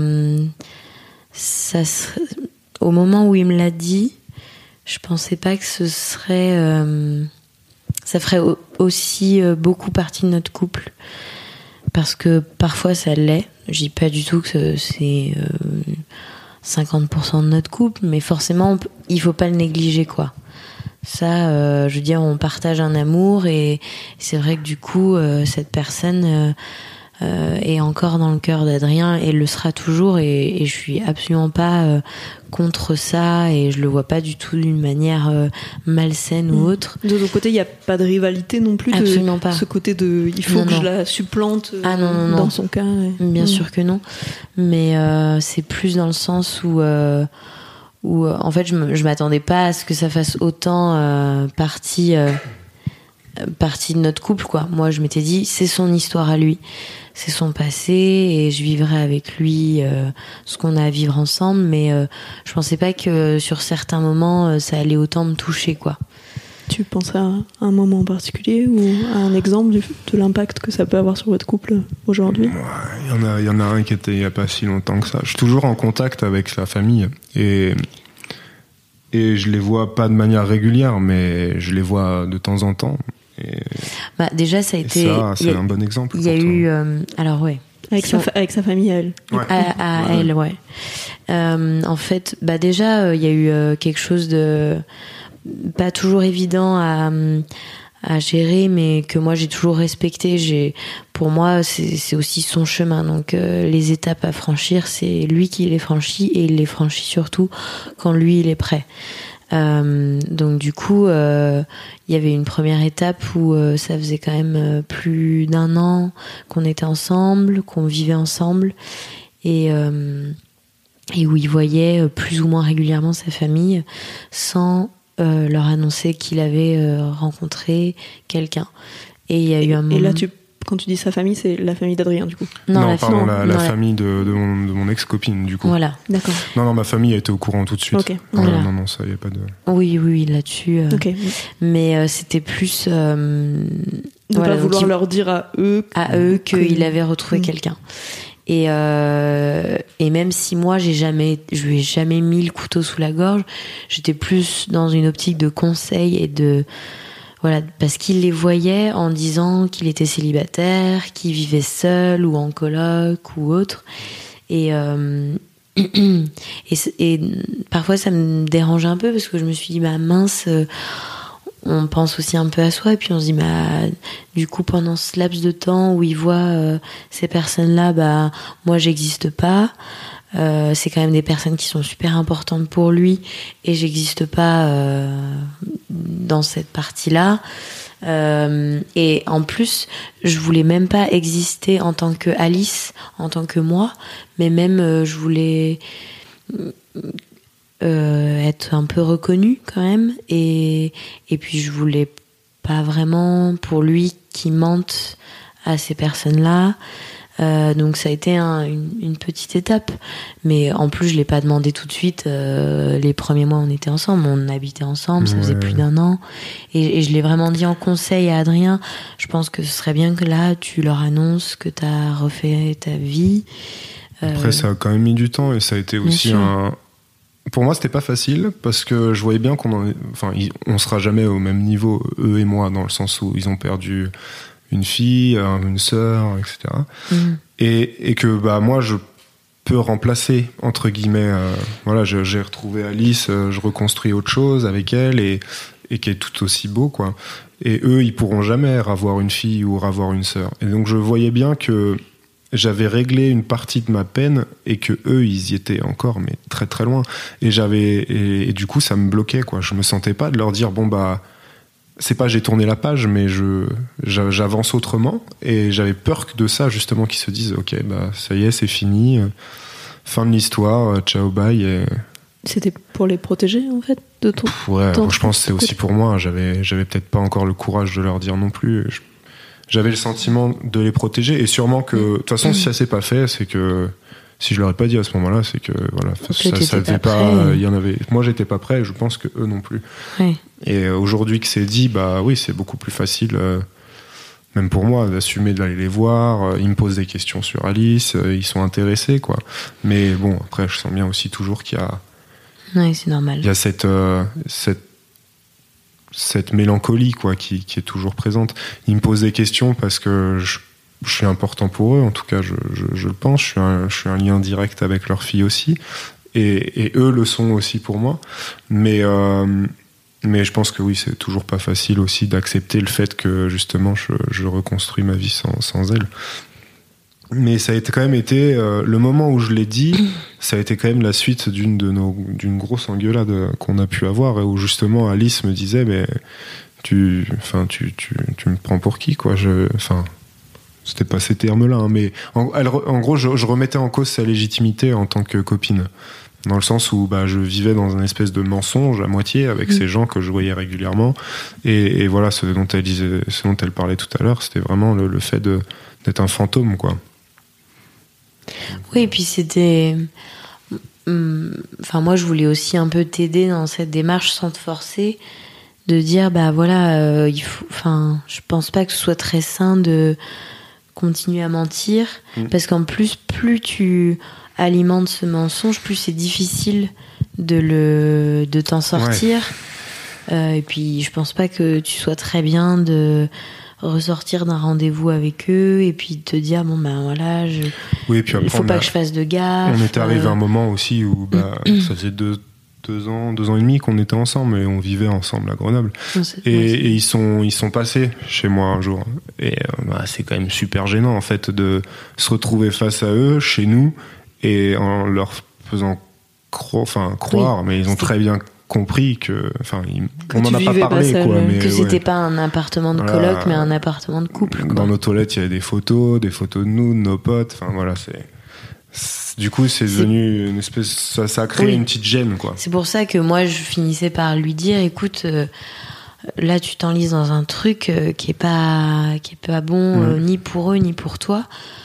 ça serait, au moment où il me l'a dit, je pensais pas que ce serait, euh, ça ferait aussi beaucoup partie de notre couple, parce que parfois ça l'est. Je dis pas du tout que c'est euh, cinquante pour cent de notre couple, mais forcément peut, il faut pas le négliger, quoi. Ça, euh, je veux dire, on partage un amour, et c'est vrai que du coup, euh, cette personne euh, euh, est encore dans le cœur d'Adrien et le sera toujours, et, et je suis absolument pas euh, contre ça, et je le vois pas du tout d'une manière euh, malsaine mmh. ou autre. De ton côté, il n'y a pas de rivalité non plus, absolument de pas. Ce côté de il faut non, que non. je la supplante ah, non, non, dans non. son cas. Et... Bien mmh. sûr que non, mais euh, c'est plus dans le sens où euh, où euh, en fait je, me, je m'attendais pas à ce que ça fasse autant euh, partie euh, partie de notre couple, quoi. Moi je m'étais dit c'est son histoire à lui, c'est son passé, et je vivrai avec lui euh, ce qu'on a à vivre ensemble, mais euh, je pensais pas que sur certains moments euh, ça allait autant me toucher, quoi. Tu penses à un moment en particulier ou à un exemple du, de l'impact que ça peut avoir sur votre couple aujourd'hui ? Il ouais, y en a, il y en a un qui était il y a pas si longtemps que ça. Je suis toujours en contact avec sa famille, et et je les vois pas de manière régulière, mais je les vois de temps en temps. Et bah déjà ça a été. Ça, c'est a, un bon exemple. Il y a eu euh, alors ouais. Avec sa, fa- avec sa famille à elle. Ouais. À, à ouais. elle, ouais. Euh, en fait, bah déjà, il euh, y a eu euh, quelque chose de pas toujours évident à, à gérer, mais que moi j'ai toujours respecté. J'ai, pour moi, c'est, c'est aussi son chemin. Donc euh, les étapes à franchir, c'est lui qui les franchit, et il les franchit surtout quand lui il est prêt. Euh, donc du coup, il euh, y avait une première étape où euh, ça faisait quand même euh, plus d'un an qu'on était ensemble, qu'on vivait ensemble, et euh, et où il voyait plus ou moins régulièrement sa famille sans euh, leur annoncer qu'il avait euh, rencontré quelqu'un. Et il y a et, eu un moment... Et là, tu, quand tu dis sa famille, c'est la famille d'Adrien, du coup. Non, non la, pardon, la, la non, famille de, de, mon, de mon ex-copine, du coup. Voilà. D'accord. Non, non, ma famille a été au courant tout de suite. Ok. Voilà. Euh, non, non, ça y a pas de. Oui, oui, oui, là-dessus. Euh, Ok. Mais euh, c'était plus. Euh, De voilà, pas vouloir il, leur dire à eux. à eux qu'il que... avait retrouvé mmh. quelqu'un. Et, euh, et même si moi, j'ai jamais, je lui ai jamais mis le couteau sous la gorge, j'étais plus dans une optique de conseil et de. Voilà, parce qu'il les voyait en disant qu'il était célibataire, qu'il vivait seul ou en coloc ou autre. Et, euh, et, et parfois, ça me dérange un peu parce que je me suis dit, bah mince, on pense aussi un peu à soi. Et puis on se dit, bah, du coup, pendant ce laps de temps où il voit euh, ces personnes-là, bah, moi, j'existe pas. Euh, c'est quand même des personnes qui sont super importantes pour lui, et j'existe pas euh, dans cette partie-là. Euh, et en plus, je voulais même pas exister en tant que Alice, en tant que moi, mais même euh, je voulais euh, être un peu reconnue quand même, et et puis je voulais pas vraiment pour lui qu'il mente à ces personnes-là. Euh, donc ça a été un, une, une petite étape, mais en plus je l'ai pas demandé tout de suite. Euh, les premiers mois on était ensemble, on habitait ensemble, ça faisait ouais. plus d'un an, et, et je l'ai vraiment dit en conseil à Adrien. Je pense que ce serait bien que là tu leur annonces que t'as refait ta vie. Euh, Après ça a quand même mis du temps, et ça a été aussi un. Pour moi c'était pas facile parce que je voyais bien qu'on en est... enfin on sera jamais au même niveau, eux et moi, dans le sens où ils ont perdu une fille, une sœur, et cetera. Mmh. Et, et que bah moi je peux remplacer entre guillemets. Euh, voilà, je, j'ai retrouvé Alice, euh, je reconstruis autre chose avec elle, et, et qui est tout aussi beau, quoi. Et eux, ils pourront jamais avoir une fille ou avoir une sœur. Et donc je voyais bien que j'avais réglé une partie de ma peine, et que eux, ils y étaient encore, mais très très loin. Et j'avais et, et du coup, ça me bloquait, quoi. Je me sentais pas de leur dire bon bah. C'est pas j'ai tourné la page, mais je j'avance autrement, et j'avais peur de ça justement, qu'ils se disent ok bah ça y est, c'est fini, fin de l'histoire, ciao bye. Et... C'était pour les protéger en fait de ton. Pff, ouais, ton je pense que c'est aussi pour moi. J'avais j'avais peut-être pas encore le courage de leur dire non plus. Je, j'avais le sentiment de les protéger, et sûrement que de toute façon si ça s'est pas fait, c'est que si je leur ai pas dit à ce moment-là, c'est que voilà, ça, ça, ça pas. pas il y en avait. Moi, j'étais pas prêt. Et je pense que eux non plus. Oui. Et aujourd'hui que c'est dit, bah oui, c'est beaucoup plus facile euh, même pour moi, d'assumer d'aller les voir. Ils me posent des questions sur Alice, ils sont intéressés, quoi. Mais bon, après, je sens bien aussi toujours qu'il y a, oui, c'est normal. Il y a cette, euh, cette, cette mélancolie, quoi, qui, qui est toujours présente. Ils me posent des questions parce que je, je suis important pour eux, en tout cas, je, je, je le pense. Je suis, un, je suis un lien direct avec leur fille aussi, et, et eux le sont aussi pour moi. Mais euh, Mais je pense que oui, c'est toujours pas facile aussi d'accepter le fait que justement je, je reconstruis ma vie sans, sans elle. Mais ça a été quand même été euh, le moment où je l'ai dit, ça a été quand même la suite d'une de nos d'une grosse engueulade qu'on a pu avoir, et où justement Alice me disait mais tu enfin tu tu tu me prends pour qui, quoi. Je enfin c'était pas ces termes-là, hein, mais en, elle, en gros je, je remettais en cause sa légitimité en tant que copine. Dans le sens où bah, je vivais dans un espèce de mensonge à moitié avec mmh. ces gens que je voyais régulièrement. Et, et voilà, ce dont elle disait, ce dont elle parlait tout à l'heure, c'était vraiment le, le fait de, d'être un fantôme, quoi. Oui, et puis c'était... Enfin, moi, je voulais aussi un peu t'aider dans cette démarche sans te forcer, de dire, bah voilà, euh, il faut... Enfin, je pense pas que ce soit très sain de continuer à mentir, mmh. parce qu'en plus, plus tu... alimente ce mensonge, plus c'est difficile de le de t'en sortir. Ouais. Euh, et puis je pense pas que tu sois très bien de ressortir d'un rendez-vous avec eux et puis te dire bon ben voilà, je oui, et puis après, il faut pas a, que je fasse de gaffe. On était arrivé à un moment aussi où bah ça faisait deux deux ans deux ans et demi qu'on était ensemble et on vivait ensemble à Grenoble. Et, et ils sont ils sont passés chez moi un jour et euh, bah, c'est quand même super gênant en fait de se retrouver face à eux chez nous. Et en leur faisant cro- enfin, croire, oui, mais ils ont très bien compris que, enfin, ils, que on n'en a pas parlé, pas quoi. Mais que ouais. c'était pas un appartement de coloc, voilà. mais un appartement de couple. Quoi. Dans nos toilettes, il y avait des photos, des photos de nous, de nos potes. Enfin voilà, c'est, c'est du coup, c'est, c'est devenu une espèce, ça, ça a créé oui. une petite gêne, quoi. C'est pour ça que moi, je finissais par lui dire, écoute. Euh, Là, tu t'enlises dans un truc euh, qui est pas, qui est pas bon mmh. euh, ni pour eux ni pour toi.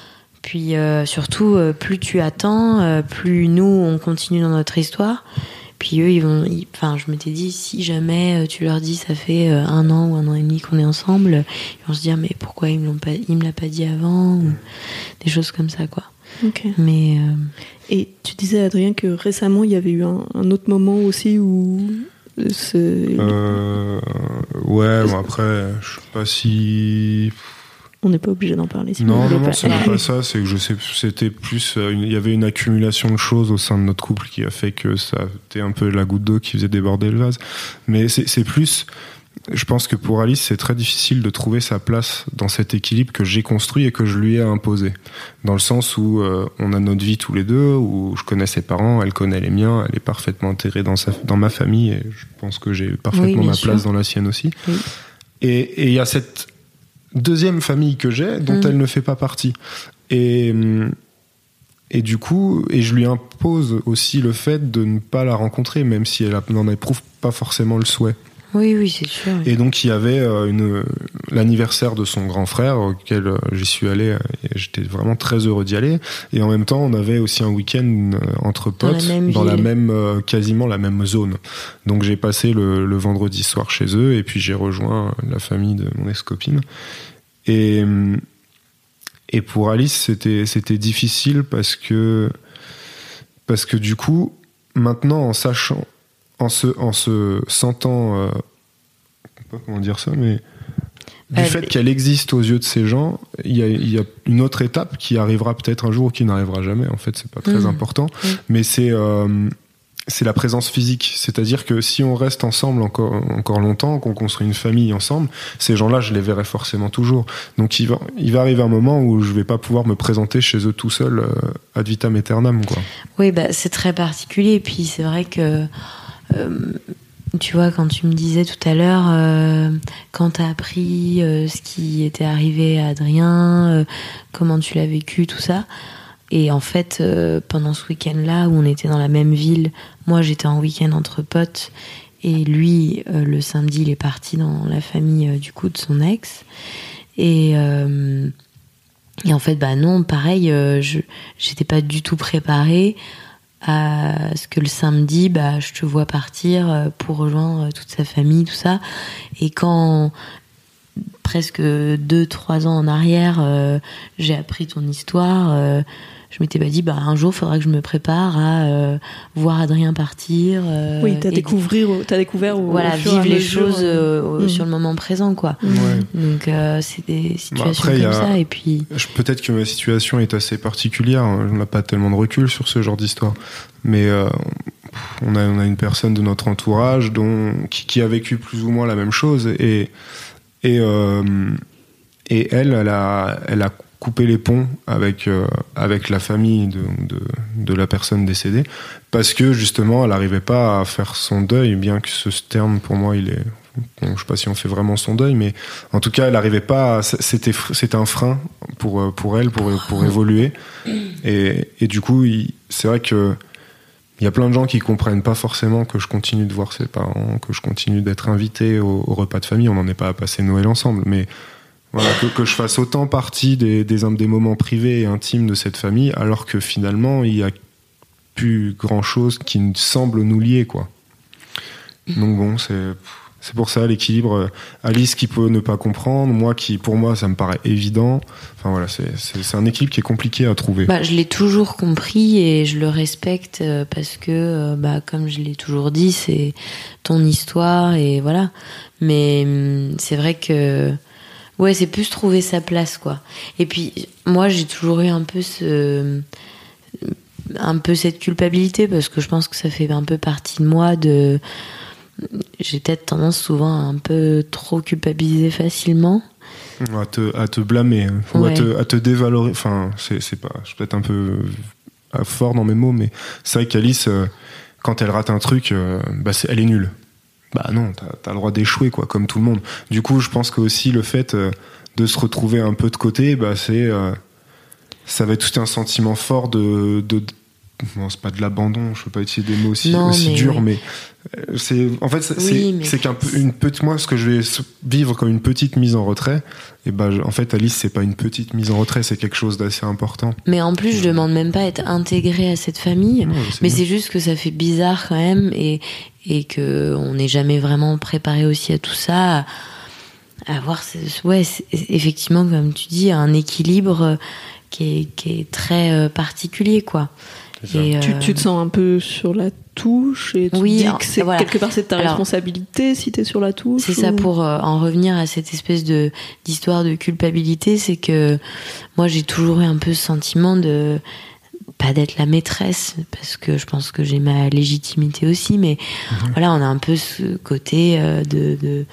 Puis euh, surtout, euh, plus tu attends, euh, plus nous, on continue dans notre histoire. Puis eux, ils vont... Enfin, je m'étais dit, si jamais euh, tu leur dis ça fait euh, un an ou un an et demi qu'on est ensemble, ils vont se dire, mais pourquoi ils me l'ont pas, ils me l'ont pas dit avant ou des choses comme ça, quoi. Ok. Mais... Euh... Et tu disais, Adrien, que récemment, il y avait eu un, un autre moment aussi où... C'est... Euh... Ouais, bon après, je sais pas si... On n'est pas obligé d'en parler. Si non, non, non, c'est même pas ça. C'est que je sais, c'était plus, il y avait une accumulation de choses au sein de notre couple qui a fait que ça était un peu la goutte d'eau qui faisait déborder le vase. Mais c'est, c'est plus, je pense que pour Alice, c'est très difficile de trouver sa place dans cet équilibre que j'ai construit et que je lui ai imposé. Dans le sens où euh, on a notre vie tous les deux, où je connais ses parents, elle connaît les miens, elle est parfaitement intégrée dans sa, dans ma famille et je pense que j'ai parfaitement oui, ma sûr. place dans la sienne aussi. Oui. Et il y a cette deuxième famille que j'ai dont mmh. elle ne fait pas partie et et du coup et je lui impose aussi le fait de ne pas la rencontrer même si elle n'en éprouve pas forcément le souhait. Oui oui c'est sûr. Oui. Et donc il y avait une l'anniversaire de son grand frère auquel j'y suis allé et j'étais vraiment très heureux d'y aller et en même temps on avait aussi un week-end entre potes dans la même, dans la même quasiment la même zone. Donc j'ai passé le, le vendredi soir chez eux et puis j'ai rejoint la famille de mon ex-copine. Et, et pour Alice, c'était, c'était difficile parce que, parce que du coup, maintenant, en sachant, en se, en se sentant, euh, je sais pas comment dire ça, mais du euh, fait qu'elle existe aux yeux de ces gens, il y a, il y a une autre étape qui arrivera peut-être un jour ou qui n'arrivera jamais. En fait, c'est pas très mmh. important, mmh. mais c'est, euh, c'est la présence physique. C'est-à-dire que si on reste ensemble encore, encore longtemps, qu'on construit une famille ensemble, ces gens-là, je les verrai forcément toujours. Donc il va, il va arriver un moment où je vais pas pouvoir me présenter chez eux tout seul euh, ad vitam aeternam, quoi. Oui, bah, c'est très particulier. Et puis c'est vrai que, euh, tu vois, quand tu me disais tout à l'heure, euh, quand t'as appris euh, ce qui était arrivé à Adrien, euh, comment tu l'as vécu, tout ça... Et en fait, euh, pendant ce week-end-là, où on était dans la même ville, moi j'étais en week-end entre potes, et lui, euh, le samedi, il est parti dans la famille euh, du coup de son ex. Et, euh, et en fait, bah non, pareil, euh, je j'étais pas du tout préparée à ce que le samedi, bah je te vois partir pour rejoindre toute sa famille, tout ça. Et quand presque deux trois ans en arrière, euh, j'ai appris ton histoire. Euh, je m'étais pas dit, bah un jour, il faudra que je me prépare à euh, voir Adrien partir. Euh, oui, t'as découvrir, du... t'as découvert au, voilà, au fur vivre et à les mesure, choses euh, mmh. sur le moment présent, quoi. Ouais. Donc euh, c'est des situations bah après, comme a... ça, et puis. Peut-être que ma situation est assez particulière. On n'a pas tellement de recul sur ce genre d'histoire, mais euh, on a on a une personne de notre entourage dont qui, qui a vécu plus ou moins la même chose et et euh, et elle, elle a elle a couper les ponts avec euh, avec la famille de, de de la personne décédée parce que justement elle n'arrivait pas à faire son deuil, bien que ce terme pour moi il est bon, je sais pas si on fait vraiment son deuil, mais en tout cas elle n'arrivait pas à, c'était c'était un frein pour pour elle pour pour évoluer et et du coup il, c'est vrai que il y a plein de gens qui comprennent pas forcément que je continue de voir ses parents, que je continue d'être invité au, au repas de famille. On n'en est pas à passer Noël ensemble, mais voilà, que, que je fasse autant partie des, des, des moments privés et intimes de cette famille, alors que finalement, il n'y a plus grand-chose qui semble nous lier, quoi. Donc bon, c'est, c'est pour ça l'équilibre. Alice qui peut ne pas comprendre, moi qui, pour moi, ça me paraît évident. Enfin voilà, c'est, c'est, c'est un équilibre qui est compliqué à trouver. Bah, je l'ai toujours compris et je le respecte parce que, bah, comme je l'ai toujours dit, c'est ton histoire et voilà. Mais c'est vrai que ouais, c'est plus trouver sa place, quoi. Et puis, moi, j'ai toujours eu un peu ce, un peu cette culpabilité parce que je pense que ça fait un peu partie de moi de, j'ai peut-être tendance souvent à un peu trop culpabiliser facilement. À te, à te blâmer, ou ouais. à te, à te dévaloriser. Enfin, c'est, c'est pas, je suis peut-être un peu fort dans mes mots, mais c'est vrai qu'Alice, quand elle rate un truc, bah, c'est, elle est nulle. Bah non, t'as, t'as le droit d'échouer, quoi, comme tout le monde. Du coup, je pense que aussi le fait euh, de se retrouver un peu de côté, bah c'est, euh, ça va être tout un sentiment fort de, de, de bon, c'est pas de l'abandon, je veux pas utiliser des mots aussi, non, aussi mais durs, oui. mais euh, c'est, en fait, c'est, oui, c'est, mais... c'est qu'un peu, une petite, moi, ce que je vais vivre comme une petite mise en retrait, et bah, en fait, Alice, c'est pas une petite mise en retrait, c'est quelque chose d'assez important. Mais en plus, je demande même pas à être intégrée à cette famille, non, c'est mais bien. C'est juste que ça fait bizarre quand même, et, et que on n'est jamais vraiment préparé aussi à tout ça, à, à avoir, ouais, c'est, effectivement, comme tu dis, un équilibre qui est, qui est très particulier, quoi. Et tu, euh... tu te sens un peu sur la touche et tu oui, dis que c'est, voilà. quelque part c'est de ta Alors, responsabilité si t'es sur la touche. C'est ou... ça, pour euh, en revenir à cette espèce de d'histoire de culpabilité, c'est que moi j'ai toujours eu un peu ce sentiment de pas d'être la maîtresse parce que je pense que j'ai ma légitimité aussi, mais mmh. voilà, on a un peu ce côté euh, de, de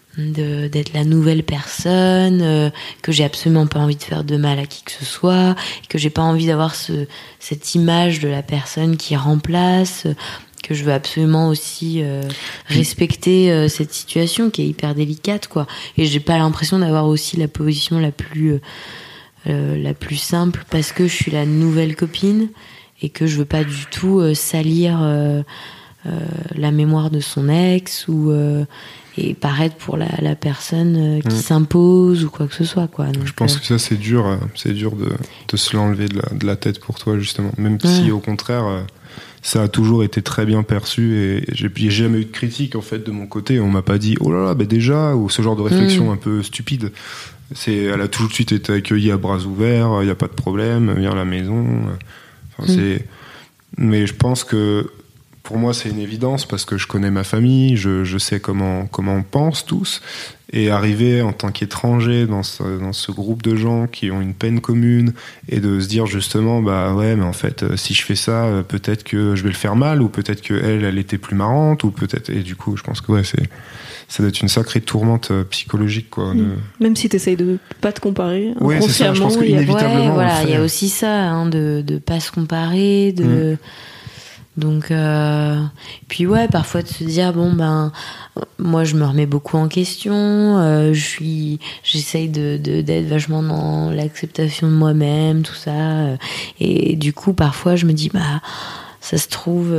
De, d'être la nouvelle personne, euh, que j'ai absolument pas envie de faire de mal à qui que ce soit, que j'ai pas envie d'avoir ce, cette image de la personne qui remplace, que je veux absolument aussi euh, respecter euh, cette situation qui est hyper délicate, quoi. Et j'ai pas l'impression d'avoir aussi la position la plus euh, euh, la plus simple parce que je suis la nouvelle copine et que je veux pas du tout euh, salir euh, euh, la mémoire de son ex ou euh, et paraître pour la, la personne qui mmh. s'impose ou quoi que ce soit, quoi. Donc, je pense euh... que ça c'est dur, c'est dur de, de se l'enlever de la, de la tête pour toi justement, même ouais. si au contraire ça a toujours été très bien perçu et j'ai, j'ai jamais eu de critique en fait de mon côté. On m'a pas dit oh là là, bah déjà, ou ce genre de réflexion mmh. un peu stupide. C'est, elle a tout de suite été accueillie à bras ouverts, il y a pas de problème, viens à la maison. Enfin, mmh. c'est, mais je pense que pour moi, c'est une évidence parce que je connais ma famille, je, je sais comment, comment on pense tous. Et arriver en tant qu'étranger dans ce, dans ce groupe de gens qui ont une peine commune et de se dire justement, bah ouais, mais en fait, si je fais ça, peut-être que je vais le faire mal ou peut-être qu'elle, elle était plus marrante ou peut-être. Et du coup, je pense que ouais, c'est, ça doit être une sacrée tourmente psychologique, quoi. De... Même si t'essayes de pas te comparer. Ouais, c'est ça, je pense qu'inévitablement. Ouais, voilà, il y a aussi ça, hein, de, de pas se comparer, de. Mmh. Donc, euh, puis ouais, parfois de se dire bon ben, moi je me remets beaucoup en question, euh, je suis, j'essaye de, de d'être vachement dans l'acceptation de moi-même, tout ça, euh, et du coup parfois je me dis bah ça se trouve,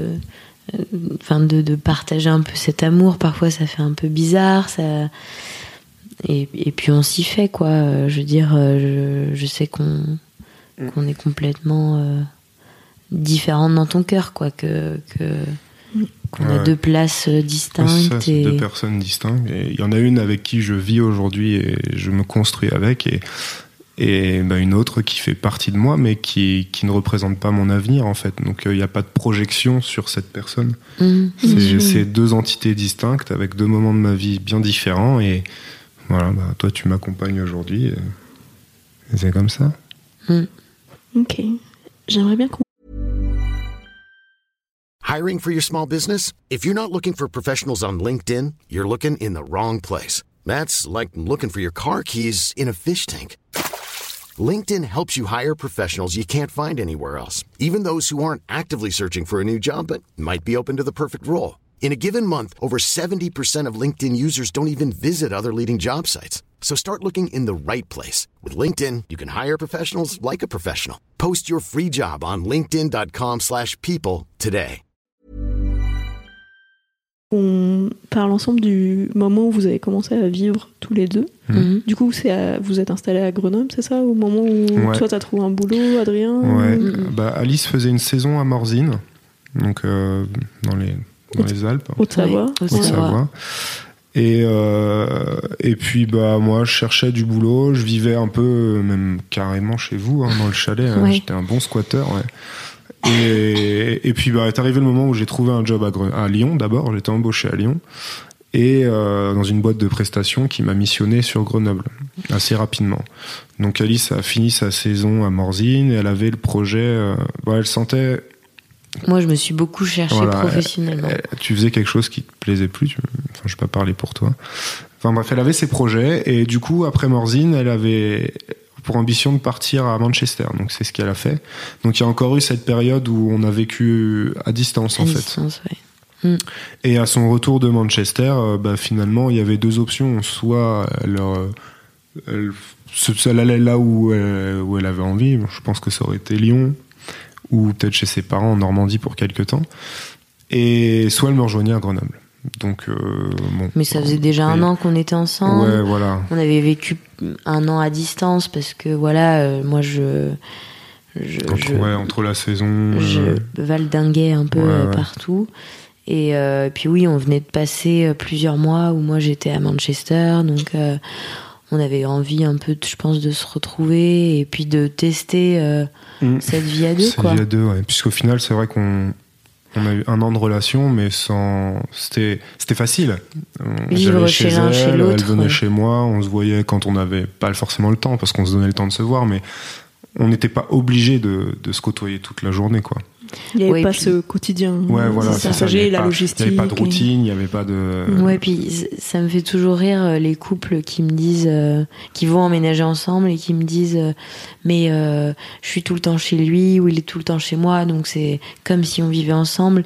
enfin euh, de, de partager un peu cet amour, parfois ça fait un peu bizarre, ça, et, et puis on s'y fait quoi. Je veux dire, je, je sais qu'on qu'on est complètement euh, différente dans ton cœur, quoi, que, que qu'on Ouais. a deux places euh, distinctes. Ouais, c'est ça, c'est et... deux personnes distinctes. Et il y en a une avec qui je vis aujourd'hui et je me construis avec, et, et bah, une autre qui fait partie de moi, mais qui, qui ne représente pas mon avenir, en fait. Donc il n'y a pas de projection sur cette personne. Mmh. C'est, c'est deux entités distinctes avec deux moments de ma vie bien différents. Et voilà, bah, toi, tu m'accompagnes aujourd'hui. Et, et c'est comme ça. Mmh. Ok. J'aimerais bien qu'on... Hiring for your small business? If you're not looking for professionals on LinkedIn, you're looking in the wrong place. That's like looking for your car keys in a fish tank. LinkedIn helps you hire professionals you can't find anywhere else, even those who aren't actively searching for a new job but might be open to the perfect role. In a given month, over seventy percent of LinkedIn users don't even visit other leading job sites. So start looking in the right place. With LinkedIn, you can hire professionals like a professional. Post your free job on linkedin.com slash people today. On parle ensemble du moment où vous avez commencé à vivre tous les deux. Mmh. Du coup, c'est à- vous êtes installés à Grenoble, c'est ça? Au moment où Ouais. toi, t'as trouvé un boulot, Adrien? Ouais. Mhm. Bah, Alice faisait une saison à Morzine, donc euh, dans, les, dans les Alpes. Haute-Savoie. Ouais, Ouais. Haute-Savoie. Haute-Savoie. Et, euh, et puis bah moi je cherchais du boulot, je vivais un peu même carrément chez vous hein, dans le chalet, hein. Ouais. J'étais un bon squatter. Ouais. Et, et puis bah est arrivé le moment où j'ai trouvé un job à, Gre- à Lyon d'abord, j'étais embauché à Lyon et euh, dans une boîte de prestations qui m'a missionné sur Grenoble assez rapidement. Donc Alice a fini sa saison à Morzine et elle avait le projet, euh, bah, elle sentait Moi, je me suis beaucoup cherchée Voilà, professionnellement. elle- tu faisais quelque chose qui te plaisait plus, tu- enfin je vais pas parler pour toi. Enfin bref, elle avait ses projets et du coup après Morzine, elle avait pour ambition de partir à Manchester, donc c'est ce qu'elle a fait. Donc il y a encore eu cette période où on a vécu à distance en À fait. distance, ouais. Et à son retour de Manchester, euh, bah, finalement il y avait deux options, soit elle, euh, elle, se- elle allait là où elle, où elle avait envie, je pense que ça aurait été Lyon, ou peut-être chez ses parents en Normandie pour quelques temps, et soit elle me rejoignait à Grenoble. Donc euh, bon. Mais ça faisait déjà un Oui. an qu'on était ensemble. Ouais, voilà. On avait vécu un an à distance parce que voilà, euh, moi je, je, Entre, je, ouais, entre la saison. je euh, valdinguais un peu Ouais, euh, ouais. partout. Et euh, puis oui, on venait de passer euh, plusieurs mois où moi j'étais à Manchester, donc euh, on avait envie un peu, de, je pense, de se retrouver et puis de tester euh, mm, cette vie à deux, cette quoi. vie à deux, ouais. Puisqu'au final, c'est vrai qu'on on a eu un an de relation, mais sans. C'était, c'était facile. On- Vivre j'allais chez l'un, elle, chez l'autre, Elle venait ouais. chez moi, on se voyait quand on n'avait pas forcément le temps, parce qu'on se donnait le temps de se voir, mais on n'était pas obligé de, de se côtoyer toute la journée, quoi. Il n'y avait Ouais, pas puis- ce quotidien. Ouais, voilà, c'est ça. Il y Passager, avait la pas- logistique. Il n'y avait pas de et- routine, il n'y avait pas de. Ouais, puis c- ça me fait toujours rire euh, les couples qui me disent, euh, qui vont emménager ensemble et qui me disent, euh, mais euh, je suis tout le temps chez lui ou il est tout le temps chez moi, donc c'est comme si on vivait ensemble.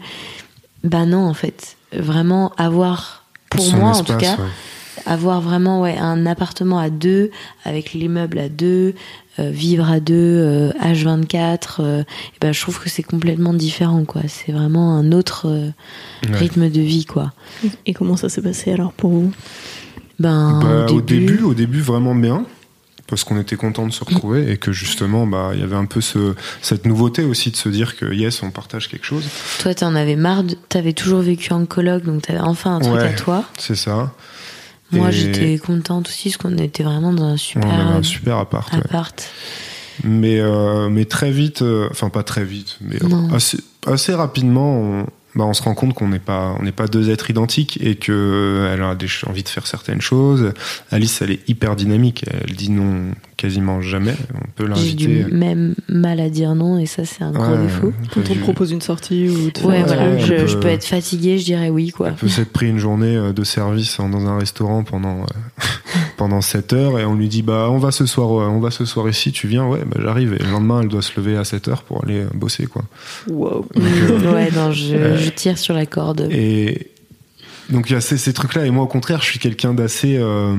Bah non, en fait, vraiment avoir, pour Son moi en espace, tout cas, ouais. avoir vraiment ouais, un appartement à deux, avec les meubles à deux, euh, vivre à deux, euh, H vingt-quatre, euh, et ben je trouve que c'est complètement différent, quoi. C'est vraiment un autre euh, Ouais. rythme de vie, quoi. Et comment ça s'est passé alors pour vous? Ben, Bah, au au début, début, au début, vraiment bien, parce qu'on était content de se retrouver et que justement, bah, il y avait un peu ce, cette nouveauté aussi de se dire que yes, on partage quelque chose. toi, t'en avais marre, de... t'avais toujours vécu en coloc, donc t'avais enfin un truc Ouais. à toi. C'est ça. Moi, Et j'étais contente aussi, parce qu'on était vraiment dans un super, on avait un super appart. ouais. appart. Mais, euh, mais très vite, euh, enfin pas très vite, mais Non. assez, assez rapidement, on, bah, on se rend compte qu'on n'est pas, on n'est pas deux êtres identiques et que elle a des, ch- envie de faire certaines choses. Alice, elle est hyper dynamique, elle dit non quasiment jamais. On peut J'ai l'inviter. du même mal à dire non, et ça, c'est un gros Ouais, défaut. Quand on du- te propose une sortie ou te Ouais, faire un voilà, truc, elle je, peut- je peux être fatiguée, je dirais oui, quoi. Elle peut s'être pris une journée euh, de service hein, dans un restaurant pendant euh, pendant sept heures et on lui dit bah on va ce soir euh, on va ce soir ici, tu viens, ouais bah j'arrive, et le lendemain elle doit se lever à sept heures pour aller euh, bosser, quoi. wow. Donc, euh, Ouais, non, je, Euh, je tire sur la corde. et donc il y a ces, ces trucs là, et moi au contraire je suis quelqu'un d'assez euh,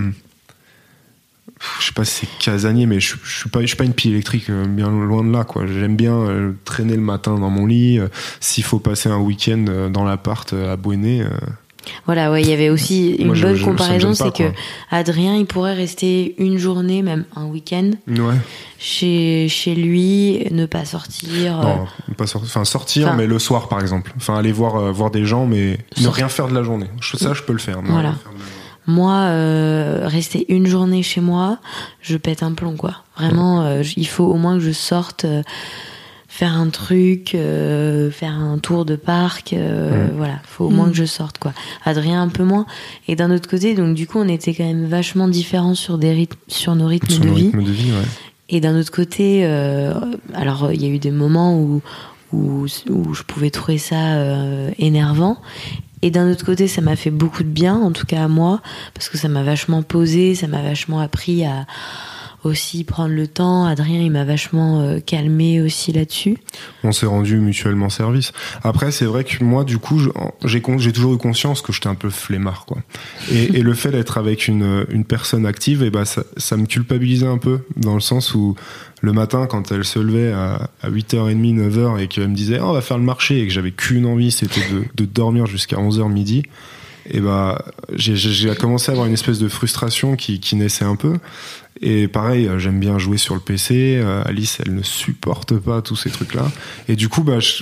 je sais pas si c'est casanier, mais je, je suis pas je suis pas une pile électrique, euh, bien loin de là, quoi. J'aime bien euh, traîner le matin dans mon lit, euh, s'il faut passer un week-end euh, dans l'appart euh, à Bouéné, euh, Voilà, ouais, il y avait aussi une Moi, je- bonne je- comparaison, ça me c'est gêne que pas, Adrien, il pourrait rester une journée, même un week-end, Ouais. chez, chez lui, ne pas sortir. Non, pas sortir, enfin sortir, Enfin- mais le soir par exemple. Enfin aller voir euh, voir des gens, mais ne Sort- rien faire de la journée. Je- Ça, je peux le faire. ne Voilà. rien faire de la journée. Moi, euh, rester une journée chez moi, je pète un plomb, quoi. Vraiment, euh, j- il faut au moins que je sorte, euh, faire un truc, euh, faire un tour de parc, euh, Mm. voilà. Faut au moins Mm. que je sorte, quoi. Adrien un peu moins. Et d'un autre côté, donc du coup, on était quand même vachement différents sur des rythmes, sur nos rythmes Sur de le vie. rythme de vie, ouais. Et d'un autre côté, euh, alors il y a eu des moments où, où, où je pouvais trouver ça euh, énervant. Et d'un autre côté, ça m'a fait beaucoup de bien, en tout cas à moi, parce que ça m'a vachement posé, ça m'a vachement appris à aussi prendre le temps. Adrien, il m'a vachement euh, calmé aussi là-dessus. On s'est rendu mutuellement service. Après, c'est vrai que moi, du coup, je- j'ai con- j'ai toujours eu conscience que j'étais un peu flemmard, quoi. Et, et le fait d'être avec une, une personne active, et ben ça, ça me culpabilisait un peu, dans le sens où le matin, quand elle se levait à, à huit heures trente, neuf heures, et qu'elle me disait oh, on va faire le marché, et que j'avais qu'une envie, c'était de, de dormir jusqu'à onze heures midi, et ben j'ai, j'ai j'ai commencé à avoir une espèce de frustration qui, qui naissait un peu. Et pareil, euh, j'aime bien jouer sur le P C. Euh, Alice, elle ne supporte pas tous ces trucs-là. Et du coup, bah, je,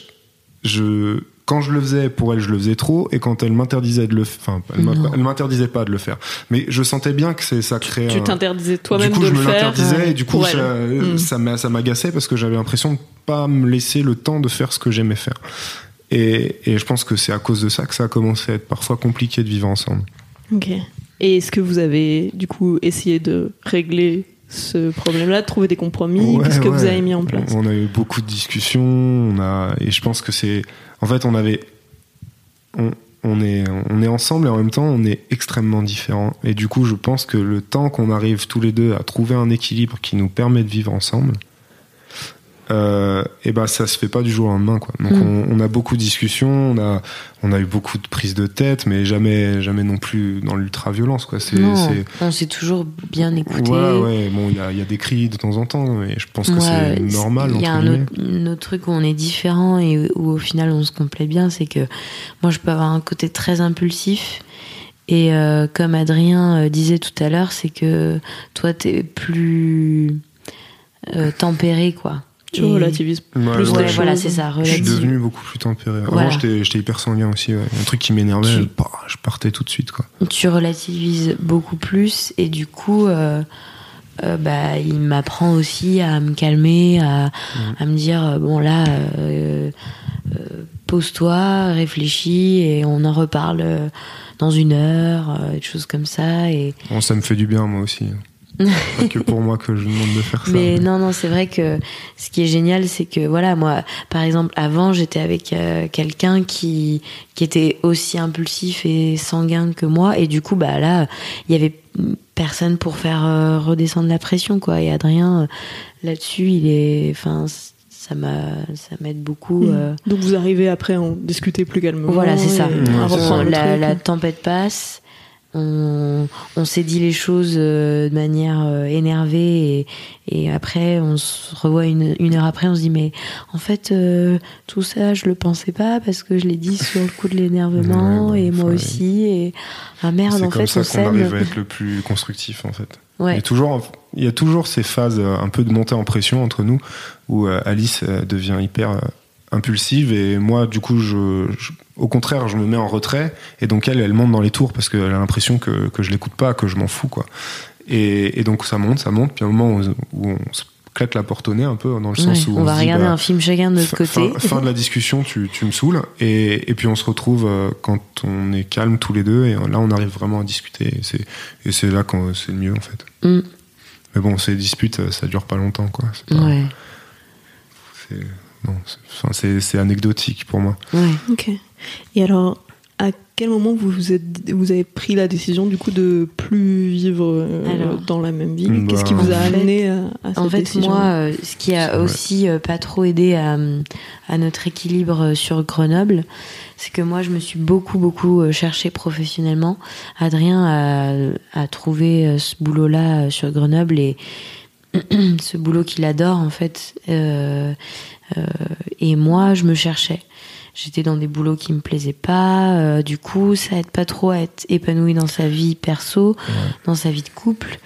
je, quand je le faisais pour elle, je le faisais trop. Et quand elle m'interdisait de le, enfin, elle, m'a- Non. elle m'interdisait pas de le faire. Mais je sentais bien que c'est, ça créait. Tu un- t'interdisais toi-même du coup, de je le me faire. l'interdisais ouais, et du coup, pour ça, elle. Mm. ça, m'a, ça m'agaçait parce que j'avais l'impression de pas me laisser le temps de faire ce que j'aimais faire. Et, et je pense que c'est à cause de ça que ça a commencé à être parfois compliqué de vivre ensemble. Ok. Et est-ce que vous avez du coup essayé de régler ce problème-là, de trouver des compromis? Ouais, Qu'est-ce que ouais. vous avez mis en place? On a eu beaucoup de discussions, on a, et je pense que c'est, en fait, on avait, on, on est, on est ensemble et en même temps, on est extrêmement différents. Et du coup, je pense que le temps qu'on arrive tous les deux à trouver un équilibre qui nous permet de vivre ensemble, euh, et ben ça se fait pas du jour au lendemain, quoi. Donc Mm. on, on a beaucoup de discussions, on a, on a eu beaucoup de prises de tête, mais jamais, jamais non plus dans l'ultra-violence, quoi. C'est, Non, c'est, on s'est toujours bien écouté. ouais, ouais, bon, il y a, il y a des cris de temps en temps, et je pense que Moi, c'est normal. Il y a entre un guillemets. autre, un autre truc où on est différent et où au final on se complète bien, c'est que moi je peux avoir un côté très impulsif. Et euh, comme Adrien euh, disait tout à l'heure, c'est que toi t'es plus euh, tempéré, quoi. Tu Et- relativises Ouais, plus Ouais, les voilà, choses. c'est ça. Je suis relative. devenu beaucoup plus tempéré. Avant, Voilà. j'étais, j'étais hyper sanguin aussi. Ouais. Un truc qui m'énervait, Tu- bah, je partais tout de suite, quoi. Tu relativises beaucoup plus et du coup, euh, euh, bah, il m'apprend aussi à me calmer, à, à me dire euh, bon là, euh, euh, pose-toi, réfléchis et on en reparle euh, dans une heure, euh, des choses comme ça. Et Bon, ça me fait du bien, moi aussi. Pas que pour moi que je demande de faire ça. mais non, non, c'est vrai que ce qui est génial, c'est que voilà, moi, par exemple, avant, j'étais avec euh, quelqu'un qui qui était aussi impulsif et sanguin que moi, et du coup, bah là, il y avait personne pour faire euh, redescendre la pression, quoi. Et Adrien, euh, là-dessus, il est, enfin, ça m'a, ça m'aide beaucoup. Mm. euh, Donc vous arrivez après à en discuter plus calmement. Voilà, c'est ça. et Ouais, à c'est reprendre ça. le la, truc. la tempête passe. On, on s'est dit les choses euh, de manière euh, énervée et, et après on se revoit une, une heure après, on se dit mais en fait euh, tout ça je le pensais pas parce que je l'ai dit sur le coup de l'énervement Ouais, ouais, et moi enfin, aussi et ah merde c'est en comme fait ça on qu'on arrive à s'aime. être le plus constructif, en fait. Il, y Ouais. a toujours, il y a toujours ces phases euh, un peu de montée en pression entre nous où euh, Alice euh, devient hyper euh, impulsive et moi, du coup, je, je- au contraire, je me mets en retrait et donc elle, elle monte dans les tours parce qu'elle a l'impression que, que je l'écoute pas, que je m'en fous, quoi. Et, et donc ça monte, ça monte, puis à un moment où, où on se claque la porte au nez un peu dans le sens Ouais, où on on, va se dit, regarder bah, un film chacun de notre fin, côté. fin- fin de la discussion, tu, tu me saoules. Et, et puis on se retrouve euh, quand on est calme tous les deux. Et là, on arrive vraiment à discuter. Et c'est, et c'est là que c'est le mieux, en fait. Mm. Mais bon, ces disputes, euh, ça dure pas longtemps, quoi. C'est, pas- Ouais. c'est, non, c'est, enfin, c'est, c'est anecdotique pour moi. Ouais. Ok. Et alors, à quel moment vous vous, êtes, vous avez pris la décision du coup de plus vivre euh, Alors. dans la même ville? Bah, Qu'est-ce qui vous a en fait- amené à, à cette En fait, décision? moi, euh, ce qui a C'est vrai. aussi euh, pas trop aidé à, à notre équilibre euh, sur Grenoble, c'est que moi, je me suis beaucoup, beaucoup euh, cherchée professionnellement. Adrien a, a trouvé euh, ce boulot-là euh, sur Grenoble et ce boulot qu'il adore en fait. Euh, euh, et moi, je me cherchais. J'étais dans des boulots qui me plaisaient pas. Euh, du coup, ça aide pas trop à être épanoui dans sa vie perso, ouais. dans sa vie de couple.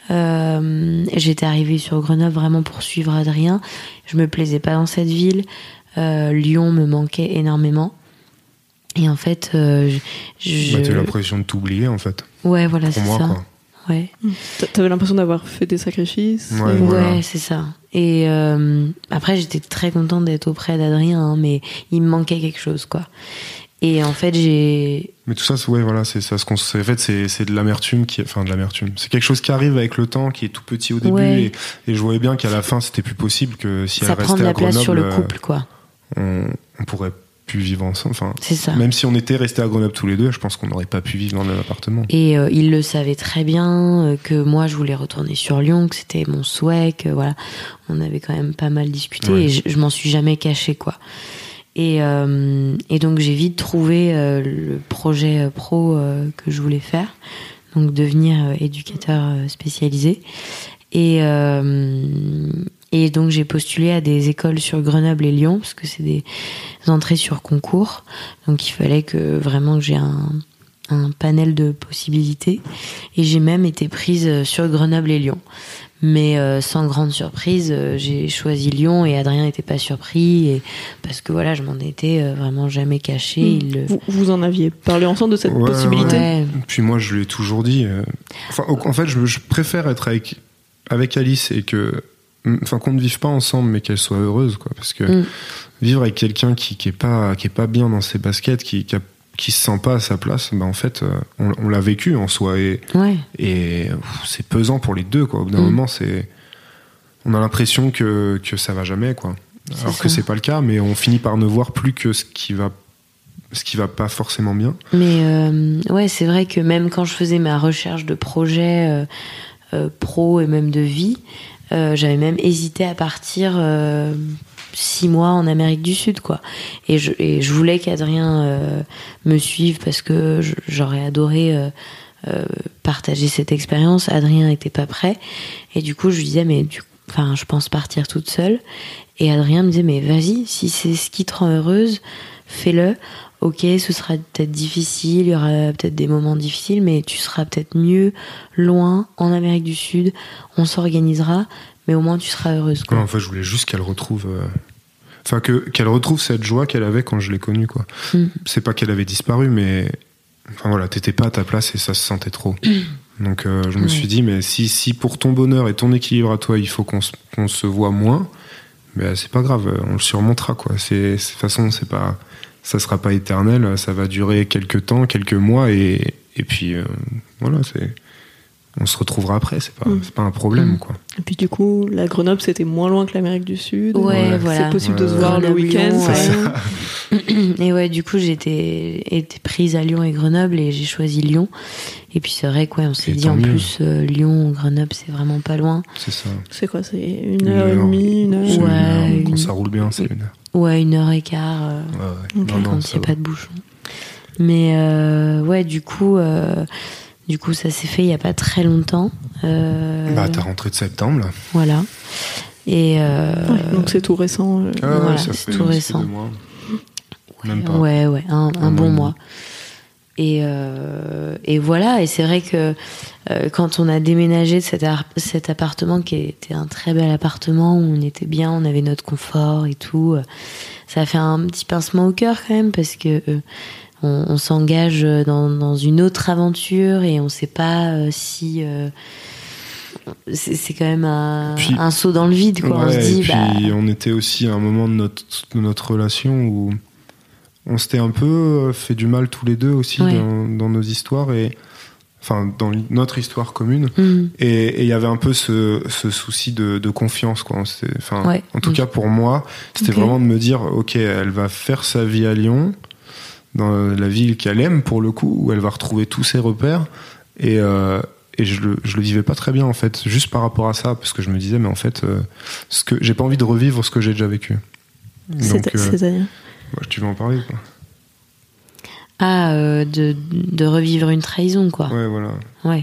Euh, j'étais arrivée sur Grenoble vraiment pour suivre Adrien. Je me plaisais pas dans cette ville. Euh, Lyon me manquait énormément. Et en fait, euh, je. Bah, t'as eu l'impression de t'oublier en fait. Ouais, voilà, pour c'est moi, ça. Quoi. Ouais. T'avais l'impression d'avoir fait des sacrifices. Ouais, voilà. Ouais, c'est ça. Et euh, après, j'étais très contente d'être auprès d'Adrien, hein, mais il me manquait quelque chose, quoi. Et en fait, j'ai. Mais tout ça, c'est, ouais, voilà, c'est ça. Ce qu'on, en fait, c'est, c'est de l'amertume qui, enfin, de l'amertume. C'est quelque chose qui arrive avec le temps, qui est tout petit au début, ouais. et, et je voyais bien qu'à la fin, c'était plus possible que si ça elle restait à Grenoble. Ça prend de la place sur le couple, quoi. On, on pourrait plus vivre ensemble. Enfin, c'est ça. Même si on était restés à Grenoble tous les deux, je pense qu'on n'aurait pas pu vivre dans le même appartement. Et euh, il le savait très bien euh, que moi, je voulais retourner sur Lyon, que c'était mon souhait, que voilà, on avait quand même pas mal discuté, ouais. et je, je m'en suis jamais cachée, quoi. Et, euh, et donc j'ai vite trouvé euh, le projet pro euh, que je voulais faire, donc devenir euh, éducateur euh, spécialisé. Et, euh, et donc j'ai postulé à des écoles sur Grenoble et Lyon, parce que c'est des entrées sur concours. Donc il fallait que vraiment que j'ai un, un panel de possibilités. Et j'ai même été prise sur Grenoble et Lyon. Mais euh, sans grande surprise, euh, j'ai choisi Lyon et Adrien n'était pas surpris, et parce que voilà, je m'en étais euh, vraiment jamais cachée. Mmh. Il, vous, vous en aviez parlé ensemble de cette ouais, possibilité ouais. Puis moi, je lui ai toujours dit. Euh... Enfin, en fait, je, je préfère être avec avec Alice et que, enfin, qu'on ne vive pas ensemble, mais qu'elle soit heureuse, quoi. Parce que mmh. vivre avec quelqu'un qui qui est pas qui est pas bien dans ses baskets, qui qui a qui se sent pas à sa place, ben en fait, on, on l'a vécu en soi, et, ouais. et pff, c'est pesant pour les deux, quoi. Au bout d'un mmh. moment, c'est, on a l'impression que, que ça va jamais, quoi. C'est Alors ça. que c'est pas le cas, mais on finit par ne voir plus que ce qui va, ce qui va pas forcément bien. Mais euh, ouais, c'est vrai que même quand je faisais ma recherche de projets euh, euh, pro et même de vie, euh, j'avais même hésité à partir. Euh, six mois en Amérique du Sud, quoi. Et je, et je voulais qu'Adrien euh, me suive parce que je, j'aurais adoré euh, euh, partager cette expérience. Adrien n'était pas prêt. Et du coup, je lui disais, mais du, enfin, je pense partir toute seule. Et Adrien me disait, mais vas-y, si c'est ce qui te rend heureuse, fais-le. Ok, ce sera peut-être difficile, il y aura peut-être des moments difficiles, mais tu seras peut-être mieux loin, en Amérique du Sud. On s'organisera, mais au moins tu seras heureuse, quoi. Ouais, en fait, je voulais juste qu'elle retrouve, euh... enfin que qu'elle retrouve cette joie qu'elle avait quand je l'ai connue, quoi. Mm. C'est pas qu'elle avait disparu, mais enfin voilà, t'étais pas à ta place et ça se sentait trop. Donc euh, je me ouais. suis dit, mais si si pour ton bonheur et ton équilibre à toi, il faut qu'on se, qu'on se voit moins, ben c'est pas grave, on le surmontera, quoi. C'est de toute façon, c'est pas, ça sera pas éternel, ça va durer quelques temps, quelques mois, et et puis euh, voilà, c'est. On se retrouvera après, c'est pas, mmh. c'est pas un problème, quoi. Et puis du coup, la Grenoble, c'était moins loin que l'Amérique du Sud. Ouais, ouais. voilà. C'est possible ouais, de se voir Grenoble, le week-end. Lyon, ouais. Et ouais, du coup, j'ai été, été prise à Lyon et Grenoble, et j'ai choisi Lyon. Et puis c'est vrai quoi, on s'est et dit en mieux. plus, euh, Lyon, Grenoble, c'est vraiment pas loin. C'est ça. C'est quoi, c'est une, une heure et demie, une heure. Ouais. Une heure. Une... Quand ça roule bien, c'est une heure. Ouais, une heure et quart. Euh, ouais, ouais. Okay, non, quand il n'y a va. pas de bouchon. Mais euh, ouais, du coup. Euh, Du coup, ça s'est fait il n'y a pas très longtemps. Euh... Bah, t'as rentré de septembre, là. Voilà. Et euh... ouais, donc c'est tout récent. Euh... Ah ouais, voilà, ça c'est fait, tout récent. Deux mois. Même pas. Ouais, ouais, un, un, un bon mois. mois. Et, euh... et voilà, et c'est vrai que euh, quand on a déménagé de cet, ar- cet appartement, qui était un très bel appartement, où on était bien, on avait notre confort et tout, ça a fait un petit pincement au cœur quand même, parce que... Euh, On, on s'engage dans, dans une autre aventure et on ne sait pas euh, si euh, c'est, c'est quand même un, puis, un saut dans le vide, quoi. Ouais, on se dit, et puis bah... on était aussi à un moment de notre, de notre relation où on s'était un peu fait du mal tous les deux aussi, ouais. dans, dans nos histoires, et enfin dans notre histoire commune. Mmh. Et il y avait un peu ce, ce souci de, de confiance, quoi. Enfin, ouais. En tout mmh. cas pour moi, c'était okay. vraiment de me dire, ok, elle va faire sa vie à Lyon, dans la ville qu'elle aime pour le coup, où elle va retrouver tous ses repères, et, euh, et je, le, je le vivais pas très bien en fait, juste par rapport à ça, parce que je me disais mais en fait euh, ce que, j'ai pas envie de revivre ce que j'ai déjà vécu. Donc, c'est, euh, c'est-à-dire bah, tu veux en parler, quoi. Ah, euh, de, de revivre une trahison, quoi. Ouais, voilà. Ouais.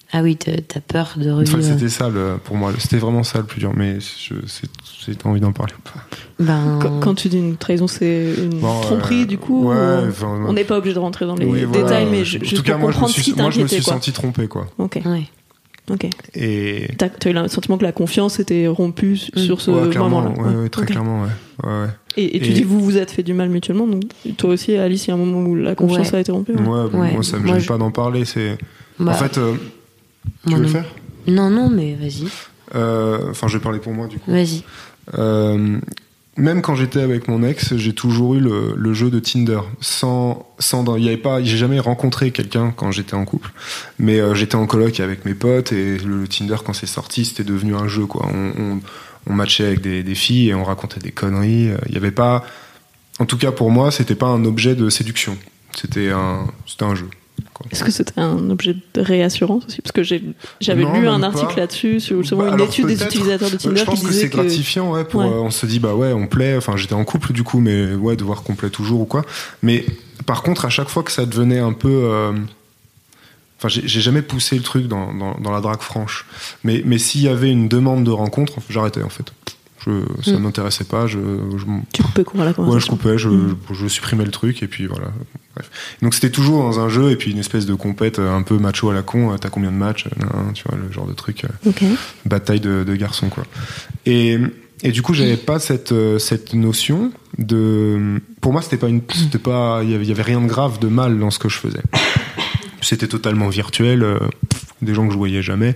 Ah oui, t'as, t'as peur de revivre. Enfin, c'était ça, le, pour moi. C'était vraiment ça le plus dur. Mais je, c'est, j'ai envie d'en parler ou pas. Ben... Quand, quand tu dis une trahison, c'est une bon, tromperie, euh, du coup. Ouais, euh, enfin, on n'est pas obligé de rentrer dans les oui, détails, voilà. mais je, en juste tout cas, pour moi, comprendre je me ce qui suis, moi, je me t'inquiétait, suis quoi. senti trompé, quoi. Ok. Ouais. Ok. Et T'as, t'as eu le sentiment que la confiance était rompue Mmh. sur ce ouais, clairement, moment-là. ouais, ouais, très Ok. clairement, ouais. ouais, ouais. Et, et tu Et- dis vous vous êtes fait du mal mutuellement, donc toi aussi, Alice, il y a un moment où la confiance Ouais. a été rompue. Ouais. Ouais, bon, Ouais. moi, ça me Moi, gêne je- pas d'en parler. C'est... Bah, En fait, euh, tu moi veux le non. faire Non, non, mais vas-y. Euh, Enfin, je vais parler pour moi, du coup. Vas-y. Euh, même quand j'étais avec mon ex, j'ai toujours eu le, le jeu de Tinder. Sans, sans, il y avait pas, j'ai jamais rencontré quelqu'un quand j'étais en couple. Mais euh, j'étais en coloc avec mes potes et le, le Tinder, quand c'est sorti, c'était devenu un jeu, quoi. On, on, on matchait avec des, des filles et on racontait des conneries. Il y avait pas, en tout cas pour moi, c'était pas un objet de séduction. C'était un, c'était un jeu. Quoi. Est-ce que c'était un objet de réassurance aussi? Parce que j'ai, j'avais Non, lu même un pas. article là-dessus, sur justement Bah, une alors, étude des peut-être, utilisateurs de euh, Tinder je pense qui que disait c'est que... gratifiant, ouais, pour, Ouais. euh, on se dit, bah ouais, on plaît, enfin j'étais en couple du coup, mais ouais, de voir qu'on plaît toujours ou quoi. Mais par contre, à chaque fois que ça devenait un peu... euh, Enfin, j'ai, j'ai jamais poussé le truc dans, dans, dans la drague franche. Mais, mais s'il y avait une demande de rencontre, j'arrêtais en fait. Je, ça Mm. ne m'intéressait pas. Je, je, Tu coupais court à la ouais, je conversation. coupais, je, Mm. je, je supprimais le truc et puis voilà. Bref. Donc c'était toujours dans un jeu et puis une espèce de compète un peu macho à la con. T'as combien de matchs? Non, tu vois, le genre de truc. Ok. Bataille de, de garçons, quoi. Et, et du coup, j'avais pas cette, euh, cette notion de. Pour moi, c'était pas une. C'était pas. Il y avait, il y avait rien de grave, de mal dans ce que je faisais. C'était totalement virtuel, euh, des gens que je voyais jamais.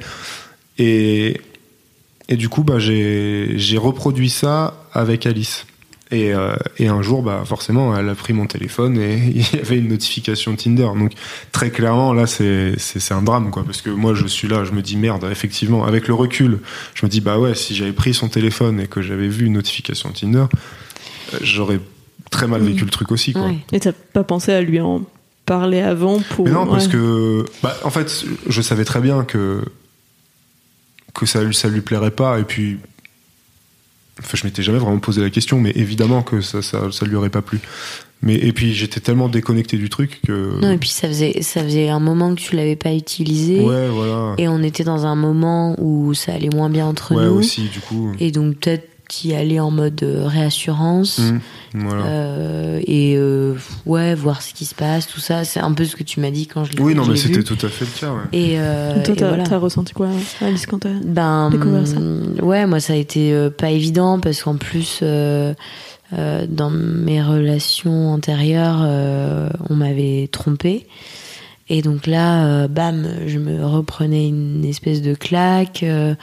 Et, et du coup, bah, j'ai, j'ai reproduit ça avec Alice. Et, euh, et un jour, bah, forcément, elle a pris mon téléphone et il y avait une notification Tinder. Donc, très clairement, là, c'est, c'est, c'est un drame, quoi. Parce que moi, je suis là, je me dis merde, effectivement, avec le recul, je me dis, bah ouais, si j'avais pris son téléphone et que j'avais vu une notification Tinder, euh, j'aurais très mal vécu Mmh. le truc aussi, quoi. Ouais. Et t'as pas pensé à lui en parler avant pour... Mais non, parce ouais. que, bah, en fait, je savais très bien que, que ça, lui- ça lui plairait pas, et puis, enfin, je m'étais jamais vraiment posé la question, mais évidemment que ça, ça, ça lui aurait pas plu. Mais, et puis, j'étais tellement déconnecté du truc que. Non, et puis ça faisait, ça faisait un moment que tu l'avais pas utilisé. Ouais, voilà. Et on était dans un moment où ça allait moins bien entre Ouais, nous. aussi, du coup. Et donc peut-être y aller en mode euh, réassurance. Mmh, voilà. Euh, et euh, ouais, voir ce qui se passe, tout ça. C'est un peu ce que tu m'as dit quand je l'ai Oui, non, je mais l'ai c'était vu. tout à fait le cas, ouais. Et, euh, Toi, et t'as, voilà. t'as ressenti quoi, Alice, quand t'as... Ben, découvert ça? ouais, moi ça a été euh, pas évident parce qu'en plus, euh, euh, dans mes relations antérieures, euh, on m'avait trompée. Et donc là, euh, bam, je me reprenais une espèce de claque. euh,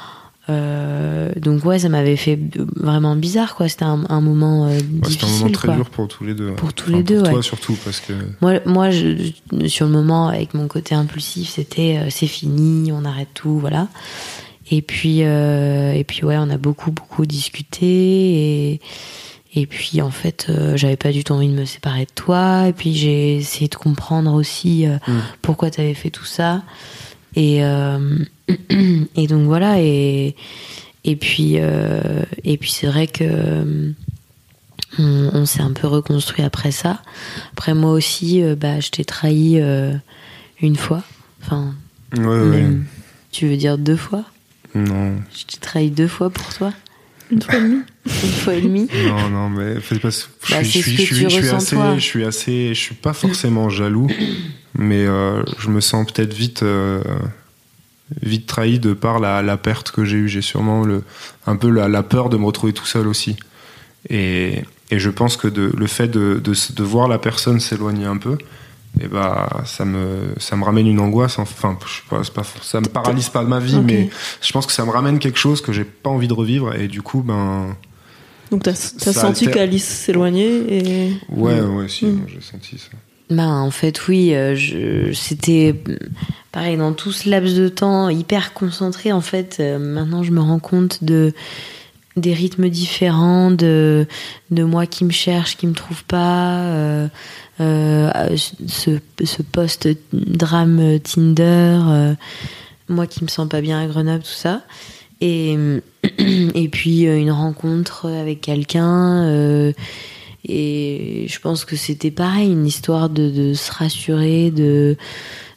euh, donc ouais, ça m'avait fait vraiment bizarre, quoi. C'était un, un moment euh, Ouais, difficile, c'était un moment très quoi. dur pour tous les deux. Pour tous Enfin, les deux, pour toi ouais. surtout, parce que. Moi, moi je, sur le moment, avec mon côté impulsif, c'était euh, c'est fini, on arrête tout, voilà. Et puis, euh, et puis ouais, on a beaucoup, beaucoup discuté. Et, et puis, en fait, euh, j'avais pas du tout envie de me séparer de toi. Et puis, j'ai essayé de comprendre aussi euh, Mm. pourquoi t'avais fait tout ça. Et, euh, et donc, voilà. Et, et puis, euh, et puis c'est vrai que euh, on, on s'est un peu reconstruit après ça. Après, moi aussi, euh, bah, je t'ai trahi euh, une fois. Enfin, Ouais, ouais. même, tu veux dire deux fois? Non. Je t'ai trahi deux fois pour toi? Une fois et demie. Une fois et demie? Non, non, mais c'est parce que je Bah, suis, c'est je ce suis, que je suis, tu je suis ressens, assez, toi. je suis assez, je suis pas forcément jaloux, mais euh, je me sens peut-être vite, euh, vite trahi de par la, la perte que j'ai eue. J'ai sûrement le, un peu la, la peur de me retrouver tout seul aussi, et, et je pense que de, le fait de, de, de voir la personne s'éloigner un peu, et bah ça me, ça me ramène une angoisse. Enfin, je sais pas, c'est pas, ça me paralyse pas de ma vie, Ok. mais je pense que ça me ramène quelque chose que j'ai pas envie de revivre, et du coup, ben. Donc t'as, t'as Ça senti altère. qu'Alice s'éloignait et... Ouais, ouais, si, Mm. j'ai senti ça. Ben, en fait, oui, euh, je, c'était pareil dans tout ce laps de temps, hyper concentré. En fait, euh, maintenant, je me rends compte de des rythmes différents, de de moi qui me cherche, qui me trouve pas, euh, euh, ce ce post-drame Tinder, euh, moi qui me sens pas bien à Grenoble, tout ça. Et et puis euh, une rencontre avec quelqu'un. Euh, Et je pense que c'était pareil, une histoire de, de se rassurer, de,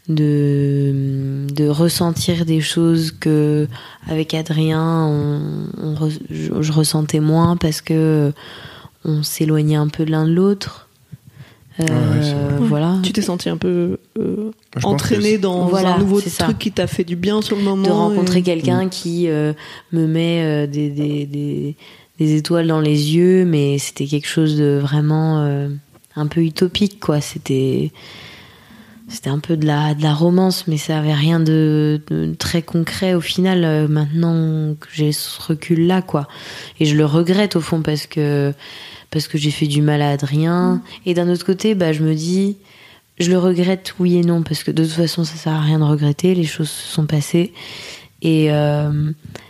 de, de ressentir des choses que avec Adrien on, on re, je, je ressentais moins parce que on s'éloignait un peu de l'un de l'autre. Euh, ouais, ouais, voilà. Tu t'es senti un peu euh, entraîné dans voilà, un nouveau truc ça. Qui t'a fait du bien sur le moment. De rencontrer et... quelqu'un mmh. qui euh, me met euh, des, des, des, des étoiles dans les yeux, mais c'était quelque chose de vraiment euh, un peu utopique, quoi. C'était, c'était un peu de la, de la romance, mais ça avait rien de, de très concret au final, euh, maintenant que j'ai ce recul-là, quoi. Et je le regrette au fond parce que parce que j'ai fait du mal à Adrien. Mmh. Et d'un autre côté, bah, je me dis, je le regrette oui et non, parce que de toute façon, ça sert à rien de regretter, les choses se sont passées. Et, euh,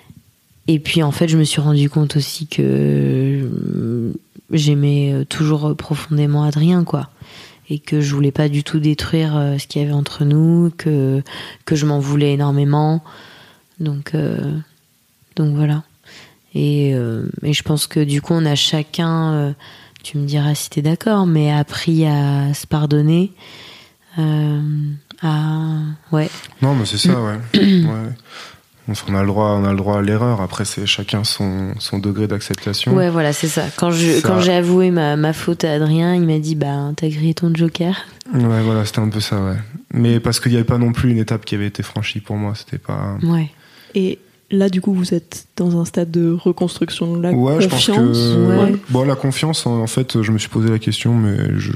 et puis, en fait, je me suis rendu compte aussi que j'aimais toujours profondément Adrien, quoi. Et que je voulais pas du tout détruire ce qu'il y avait entre nous, que, que je m'en voulais énormément. Donc, euh, donc voilà. Et, euh, et je pense que du coup on a chacun, euh, tu me diras si t'es d'accord, mais appris à se pardonner, euh, à ouais. Non mais c'est ça, ouais. ouais. Enfin, on a le droit, on a le droit à l'erreur. Après c'est chacun son, son degré d'acceptation. Ouais voilà c'est ça. Quand je ça... quand j'ai avoué ma, ma faute à Adrien, il m'a dit bah t'as grillé ton joker. Ouais voilà c'était un peu ça ouais. Mais parce qu'il n'y avait pas non plus une étape qui avait été franchie pour moi, c'était pas. Ouais. Et là, du coup, vous êtes dans un stade de reconstruction de la ouais, confiance. Je pense que... ouais. Bon, la confiance, en fait, je me suis posé la question, mais je,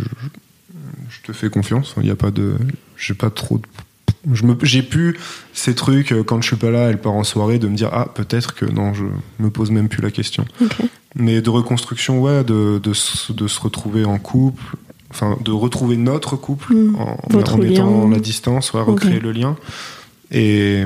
je te fais confiance. Il n'y a pas de, j'ai pas trop. De... Je me, j'ai pu ces trucs quand je suis pas là, elle part en soirée, de me dire ah peut-être que non, je me pose même plus la question. Okay. Mais de reconstruction, ouais, de, de, de se retrouver en couple, enfin de retrouver notre couple mmh. en, en mettant la distance, ouais, recréer okay. le lien et.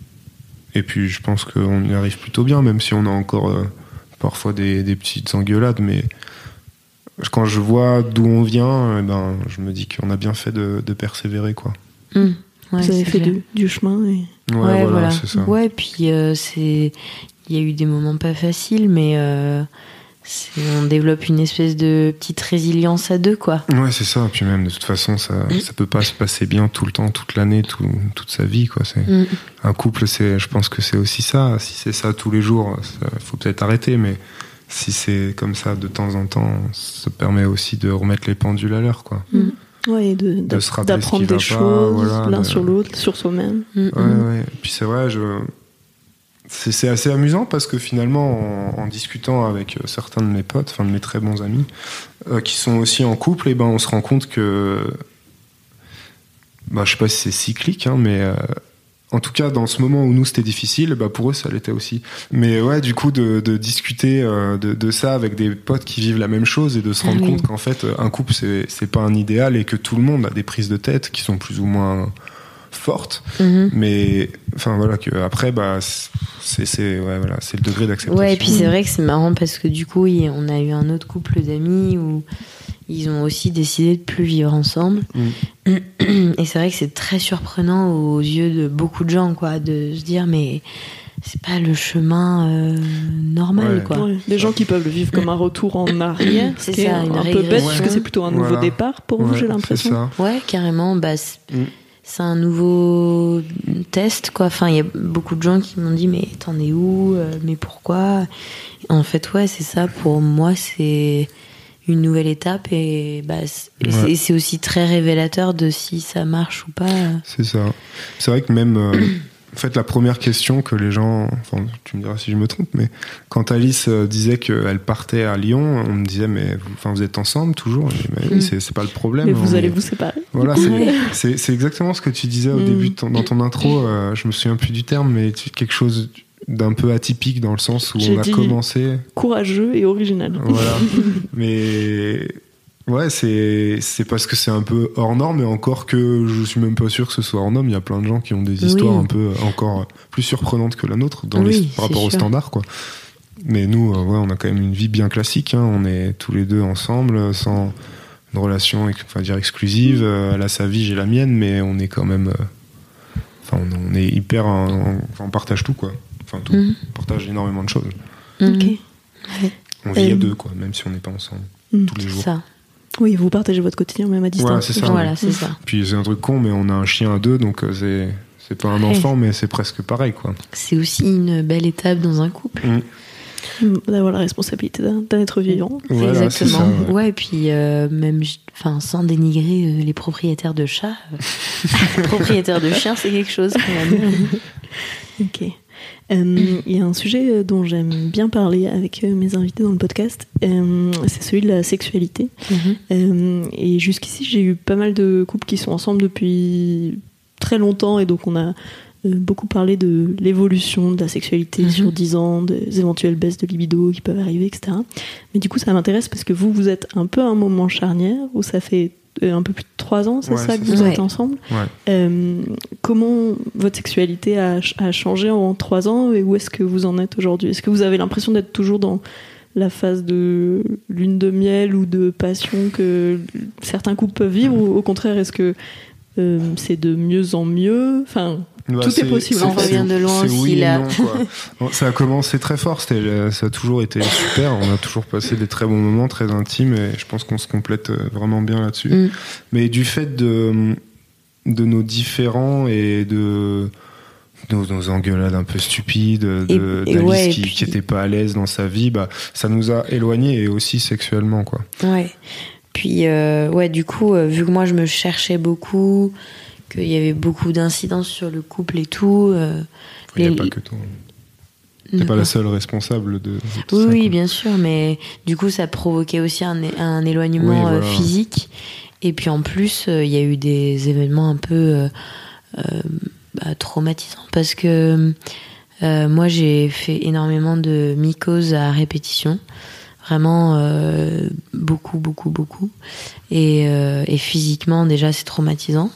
Et puis je pense qu'on y arrive plutôt bien, même si on a encore euh, parfois des, des petites engueulades. Mais quand je vois d'où on vient, eh ben, je me dis qu'on a bien fait de, de persévérer, quoi. Mmh. Ouais, vous avez fait du, du chemin. Et... Ouais, ouais, voilà, voilà. c'est ça. Ouais, puis euh, c'est... il y a eu des moments pas faciles, mais euh, c'est... on développe une espèce de petite résilience à deux, quoi. Ouais, c'est ça. Puis même, de toute façon, ça, mmh. ça peut pas se passer bien tout le temps, toute l'année, tout, toute sa vie, quoi. C'est... Mmh. Un couple, c'est, je pense que c'est aussi ça. Si c'est ça tous les jours, il faut peut-être arrêter, mais si c'est comme ça de temps en temps, ça permet aussi de remettre les pendules à l'heure, quoi. Mmh. Ouais, et de, de se d'apprendre des choses pas, voilà, l'un de... sur l'autre, sur soi-même. Mmh. Ouais, ouais. Et puis c'est vrai, je... c'est, c'est assez amusant parce que finalement, en, en discutant avec certains de mes potes, enfin de mes très bons amis, euh, qui sont aussi en couple, et ben on se rend compte que, bah, je sais pas si c'est cyclique, hein, mais euh, en tout cas, dans ce moment où nous c'était difficile, bah pour eux ça l'était aussi. Mais ouais, du coup, de, de discuter euh, de, de ça avec des potes qui vivent la même chose et de se rendre ah, compte oui. qu'en fait, un couple c'est, c'est pas un idéal et que tout le monde a des prises de tête qui sont plus ou moins fortes. Mm-hmm. Mais enfin voilà, que après, bah c'est, c'est, ouais, voilà, c'est le degré d'acceptation. Ouais, et puis c'est vrai que c'est marrant parce que du coup, on a eu un autre couple d'amis où ils ont aussi décidé de plus vivre ensemble. Mm. Et c'est vrai que c'est très surprenant aux yeux de beaucoup de gens, quoi, de se dire mais c'est pas le chemin euh, normal, ouais. quoi. Ouais. Des gens qui peuvent le vivre comme un retour en arrière, c'est ça, un, un peu bête, parce que c'est plutôt un nouveau voilà. départ pour vous, ouais, j'ai l'impression. C'est ça. Ouais, carrément. Bah, c'est, mm. c'est un nouveau test, quoi. Enfin, il y a beaucoup de gens qui m'ont dit mais t'en es où, mais pourquoi? En fait, ouais, c'est ça. Pour moi, c'est une nouvelle étape et bah, c'est, ouais. c'est, c'est aussi très révélateur de si ça marche ou pas. C'est ça. C'est vrai que même, euh, en fait, la première question que les gens, enfin, tu me diras si je me trompe, mais quand Alice euh, disait qu'elle partait à Lyon, on me disait mais vous, enfin, vous êtes ensemble toujours? Je dis, mais oui, c'est, c'est pas le problème. Mais vous on allez est... vous séparer. Voilà, c'est, ouais. c'est, c'est exactement ce que tu disais au mm. début de ton, dans ton intro. Euh, je me souviens plus du terme, mais quelque chose d'un peu atypique dans le sens où J'ai on a dit commencé courageux et original. Voilà. Mais ouais, c'est c'est parce que c'est un peu hors norme, et encore que je suis même pas sûr que ce soit hors norme. Il y a plein de gens qui ont des histoires oui. un peu encore plus surprenantes que la nôtre dans oui, les, par rapport aux standards, quoi. Mais nous, euh, ouais, on a quand même une vie bien classique. Hein. On est tous les deux ensemble, sans une relation, enfin dire exclusive. Euh, elle a sa vie, j'ai la mienne, mais on est quand même, enfin, euh, on, on est hyper, on, on partage tout, quoi. Enfin, tout. Mm. On partage énormément de choses. Mm. Okay. On vit euh... à deux, quoi, même si on n'est pas ensemble mm. tous les jours. Ça. Oui, vous partagez votre quotidien même à distance. Voilà, c'est ça. Voilà, c'est ça. Puis c'est un truc con, mais on a un chien à deux, donc c'est, c'est pas un enfant, mais c'est presque pareil, quoi. C'est aussi une belle étape dans un couple. Mmh. D'avoir la responsabilité d'un, d'un être vivant. Voilà, Exactement. c'est ça, ouais. ouais, et puis euh, même, enfin, sans dénigrer euh, les propriétaires de chats, euh, propriétaires de chiens, c'est quelque chose quand même. Ok. Il euh, y a un sujet dont j'aime bien parler avec mes invités dans le podcast, euh, c'est celui de la sexualité. Mm-hmm. Euh, et jusqu'ici, j'ai eu pas mal de couples qui sont ensemble depuis très longtemps, et donc on a euh, beaucoup parlé de l'évolution de la sexualité mm-hmm. sur dix ans, des éventuelles baisses de libido qui peuvent arriver, et cetera. Mais du coup, ça m'intéresse parce que vous, vous êtes un peu à un moment charnière où ça fait un peu plus de trois ans, c'est ouais, ça c'est que vous ça. êtes ensemble. Ouais. Euh, comment votre sexualité a, a changé en trois ans et où est-ce que vous en êtes aujourd'hui ? Est-ce que vous avez l'impression d'être toujours dans la phase de lune de miel ou de passion que certains couples peuvent vivre, ou au contraire, est-ce que euh, c'est de mieux en mieux ? Enfin, bah, tout est possible. On revient de loin c'est aussi oui là. Et non, quoi. Bon, ça a commencé très fort, c'était, ça a toujours été super. On a toujours passé des très bons moments, très intimes, et je pense qu'on se complète vraiment bien là-dessus. Mm. Mais du fait de, de nos différends et de nos, nos engueulades un peu stupides, de, et, et d'Alice ouais, qui, puis... qui était pas à l'aise dans sa vie, bah, ça nous a éloignés, et aussi sexuellement, quoi. Ouais. Puis, euh, ouais, du coup, euh, vu que moi je me cherchais beaucoup, qu'il y avait beaucoup d'incidences sur le couple et tout. Euh, Il n'y les... a pas que toi. T'es pas la seule responsable de, de tout oui, ça. Oui, quoi. bien sûr, mais du coup, ça provoquait aussi un, un éloignement oui, voilà. euh, physique. Et puis en plus, il euh, y a eu des événements un peu euh, euh, bah, traumatisants parce que euh, moi, j'ai fait énormément de mycoses à répétition. Vraiment euh, beaucoup, beaucoup, beaucoup. Et, euh, et physiquement, déjà, c'est traumatisant.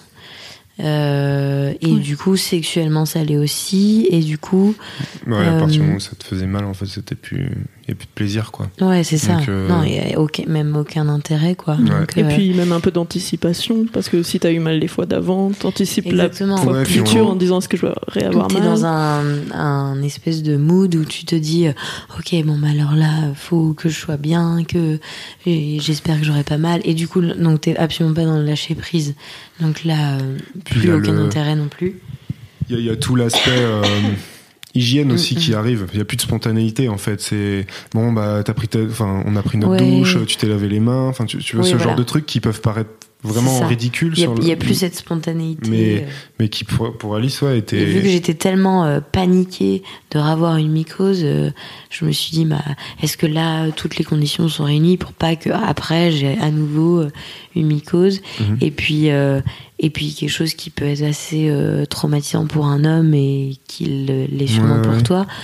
Euh, et oui. Du coup, sexuellement, ça l'est aussi. Et du coup... Ouais, à partir du moment où ça te faisait mal, en fait, c'était plus... Il n'y a plus de plaisir, quoi. Ouais, c'est ça. Donc, euh... Non, il n'y a aucun, même aucun intérêt, quoi. Ouais. Donc, et euh... puis, même un peu d'anticipation, parce que si tu as eu mal les fois d'avant, tu anticipes la fois ouais, future on... en disant est-ce que je vais réavoir mal. Tu es dans un, un espèce de mood où tu te dis ok, bon, bah alors là, il faut que je sois bien, que j'espère que j'aurai pas mal. Et du coup, tu n'es absolument pas dans le lâcher prise. Donc là, plus aucun le... intérêt non plus. Il y, y a tout l'aspect... Euh... hygiène aussi mmh, qui mmh. arrive, il y a plus de spontanéité en fait, c'est bon bah t'as pris ta... enfin on a pris notre ouais. douche, tu t'es lavé les mains, enfin tu, tu vois oui, ce voilà. genre de trucs qui peuvent paraître vraiment ridicules. Il y a, sur y a le... plus cette spontanéité. Mais euh... mais qui pour, pour Alice ouais était. Et vu que j'étais tellement euh, paniquée de revoir une mycose, euh, je me suis dit bah est-ce que là toutes les conditions sont réunies pour pas que après j'ai à nouveau euh, une mycose mmh. et puis euh, Et puis quelque chose qui peut être assez euh, traumatisant pour un homme et qui l'est sûrement ouais, pour ouais. toi,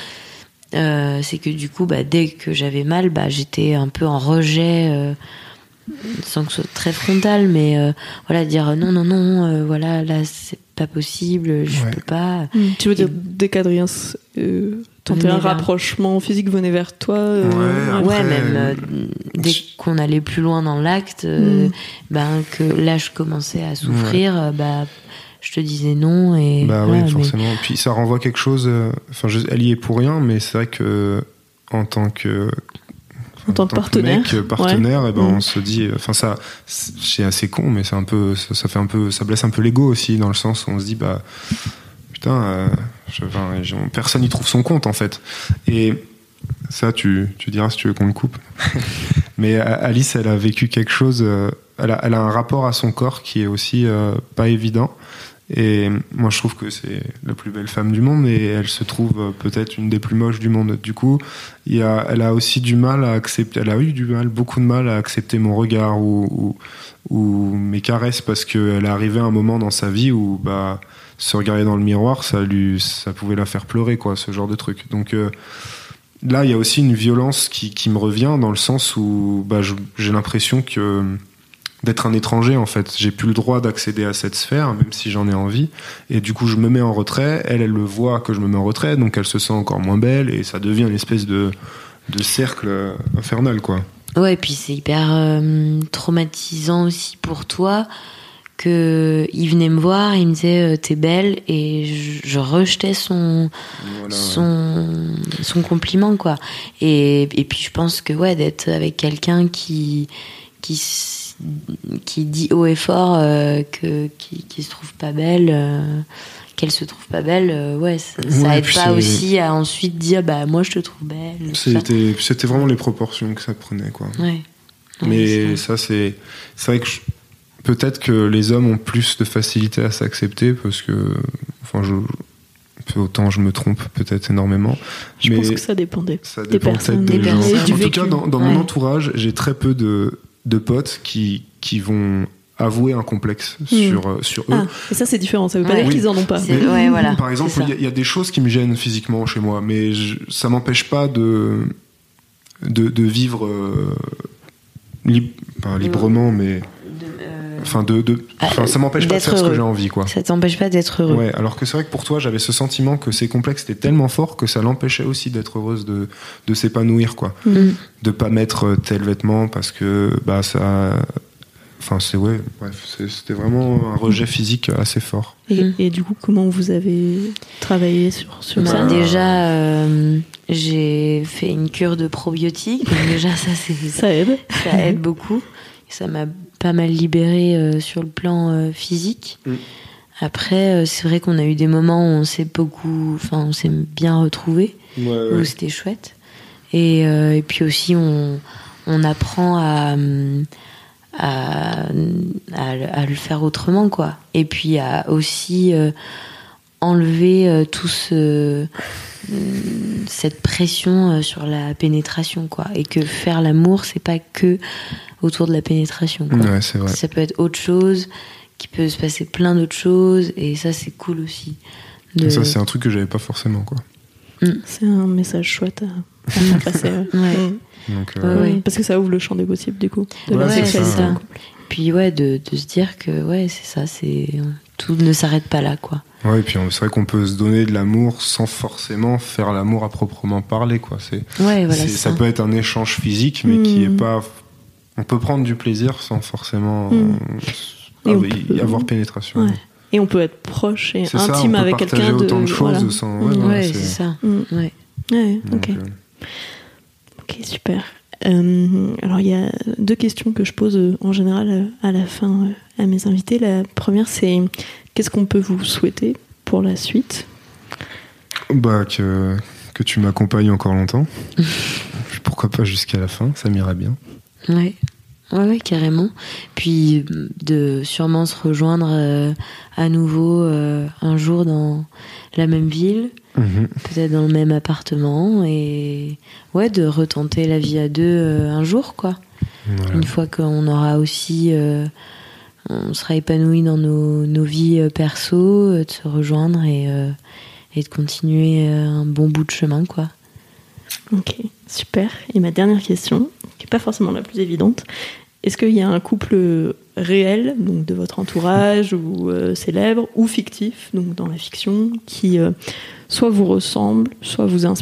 euh, c'est que du coup, bah, dès que j'avais mal, bah, j'étais un peu en rejet, euh, sans que ce soit très frontal, mais euh, voilà, dire non, non, non, euh, voilà, là, c'est pas possible, je ouais. peux pas. Mmh. Tu veux dire, dès qu'Adrien euh, tentait un rapprochement physique venait vers toi euh, ouais, après, ouais, même euh, dès qu'on allait plus loin dans l'acte, euh, mmh. ben, que là, je commençais à souffrir, ouais. bah, je te disais non. Et bah voilà, oui, forcément. Mais... Puis ça renvoie quelque chose, enfin, euh, elle y est pour rien, mais c'est vrai que en tant que. En tant que partenaire, mec, partenaire, ouais. et ben mmh. on se dit, enfin ça, c'est assez con, mais c'est un peu, ça, ça fait un peu, ça blesse un peu l'ego aussi dans le sens où on se dit bah putain, euh, je, enfin, personne n'y trouve son compte en fait. Et ça, tu, tu diras si tu veux qu'on le coupe. Mais Alice, elle a vécu quelque chose, elle a, elle a un rapport à son corps qui est aussi euh, pas évident. Et moi, je trouve que c'est la plus belle femme du monde et elle se trouve peut-être une des plus moches du monde. Du coup, il y a, elle a aussi du mal à accepter, elle a eu du mal, beaucoup de mal à accepter mon regard ou, ou, ou mes caresses parce qu'elle est arrivée à un moment dans sa vie où bah, se regarder dans le miroir, ça, lui, ça pouvait la faire pleurer, quoi, ce genre de truc. Donc euh, là, il y a aussi une violence qui, qui me revient dans le sens où bah, je, j'ai l'impression que d'être un étranger en fait, j'ai plus le droit d'accéder à cette sphère même si j'en ai envie et du coup je me mets en retrait, elle elle le voit que je me mets en retrait donc elle se sent encore moins belle et ça devient une espèce de, de cercle infernal quoi. Ouais et puis c'est hyper euh, traumatisant aussi pour toi que il venait me voir, il me disait euh, t'es belle et je, je rejetais son voilà, son ouais. son compliment quoi et et puis je pense que ouais d'être avec quelqu'un qui qui qui dit haut et fort euh, que qui, qui se trouve pas belle, euh, qu'elle se trouve pas belle, euh, ouais, ça, ça Ouais, aide puis pas c'est- aussi à ensuite dire bah moi je te trouve belle. tout ça. C'était, c'était vraiment les proportions que ça prenait, quoi. Ouais. Ouais, Mais ça. ça, c'est, c'est vrai que je- peut-être que les hommes ont plus de facilité à s'accepter parce que, enfin, je, autant je me trompe peut-être énormément. Je mais pense que ça dépendait. ça des dépend personnes, peut-être des, des gens. personnes. Et du En tout vécu. cas, dans, dans Ouais. mon entourage, j'ai très peu de, de potes qui, qui vont avouer un complexe sur, euh, sur eux. Ah, et ça c'est différent, ça veut pas Ouais. dire Oui. qu'ils en ont pas. C'est- ouais, voilà. Par exemple, c'est ça. il y, a- il y a des choses qui me gênent physiquement chez moi, mais je, ça m'empêche pas de, de, de vivre euh, lib- pas librement, mais De, euh, enfin de, de Ah, enfin, ça m'empêche pas de d'être faire ce que heureux. j'ai envie, quoi. Ça t'empêche pas d'être heureux. Ouais, alors que c'est vrai que pour toi, j'avais ce sentiment que ces complexes étaient tellement forts que ça l'empêchait aussi d'être heureuse, de, de s'épanouir, quoi. Mm. De pas mettre tel vêtement parce que bah ça, enfin c'est ouais, bref, c'est- c'était vraiment un rejet physique assez fort. Et, Mm. et du coup, comment vous avez travaillé sur, sur Bah, ça déjà, euh, j'ai fait une cure de probiotiques. Donc déjà, ça, c'est, Ça aide. ça aide beaucoup. Et ça m'a pas mal libérée euh, sur le plan euh, physique. Mm. Après, euh, c'est vrai qu'on a eu des moments où on s'est beaucoup, enfin, on s'est bien retrouvés, Ouais, où c'était chouette. Et, euh, et puis aussi, on, on apprend à, à, à, à le faire autrement, quoi. Et puis à aussi euh, enlever euh, tout ce, cette pression euh, sur la pénétration, quoi. Et que faire l'amour, c'est pas que autour de la pénétration, quoi. Ouais, c'est vrai. Ça peut être autre chose, qui peut se passer plein d'autres choses, et ça, c'est cool aussi. De... Ça, c'est un truc que j'avais pas forcément, quoi. C'est un message chouette à, à faire passer. ouais. Ouais. Mm. Donc, Ouais, euh, ouais. Parce que ça ouvre le champ des possibles, du coup. De Ouais, la Ouais, sexualité. c'est ça. en couple. Puis ouais, de, de se dire que ouais, c'est ça, c'est tout ne s'arrête pas là, quoi. ouais, et puis on- c'est vrai qu'on peut se donner de l'amour sans forcément faire l'amour à proprement parler, quoi. C'est, Ouais, voilà, c'est- c'est ça ça. peut être un échange physique, mais qui est Mm. pas. On peut prendre du plaisir sans forcément Mm. euh, Et on y peut- avoir pénétration. Ouais. Et on peut être proche et C'est ça, intime on peut avec partager quelqu'un de. autant de choses voilà. sans. Ouais, Mm. voilà, Ouais, c'est- c'est ça. Mm. Ouais. Ouais, donc, ok. euh, Ok, super. Euh, alors, il y a deux questions que je pose euh, en général euh, à la fin euh, à mes invités. La première, c'est qu'est-ce qu'on peut vous souhaiter pour la suite ? Bah, que, que tu m'accompagnes encore longtemps. Pourquoi pas jusqu'à la fin, ça m'irait bien. Ouais. Ouais, ouais, carrément. Puis de sûrement se rejoindre euh, à nouveau euh, un jour dans la même ville, Mhm. peut-être dans le même appartement, et ouais, de retenter la vie à deux euh, un jour, quoi. Voilà. Une fois qu'on aura aussi, euh, on sera épanoui dans nos, nos vies euh, perso, euh, de se rejoindre et, euh, et de continuer euh, un bon bout de chemin, quoi. Ok, super. Et ma dernière question, qui n'est pas forcément la plus évidente, est-ce qu'il y a un couple réel, donc de votre entourage, ou euh, célèbre, ou fictif, donc dans la fiction, qui euh, soit vous ressemble, soit vous inspire ?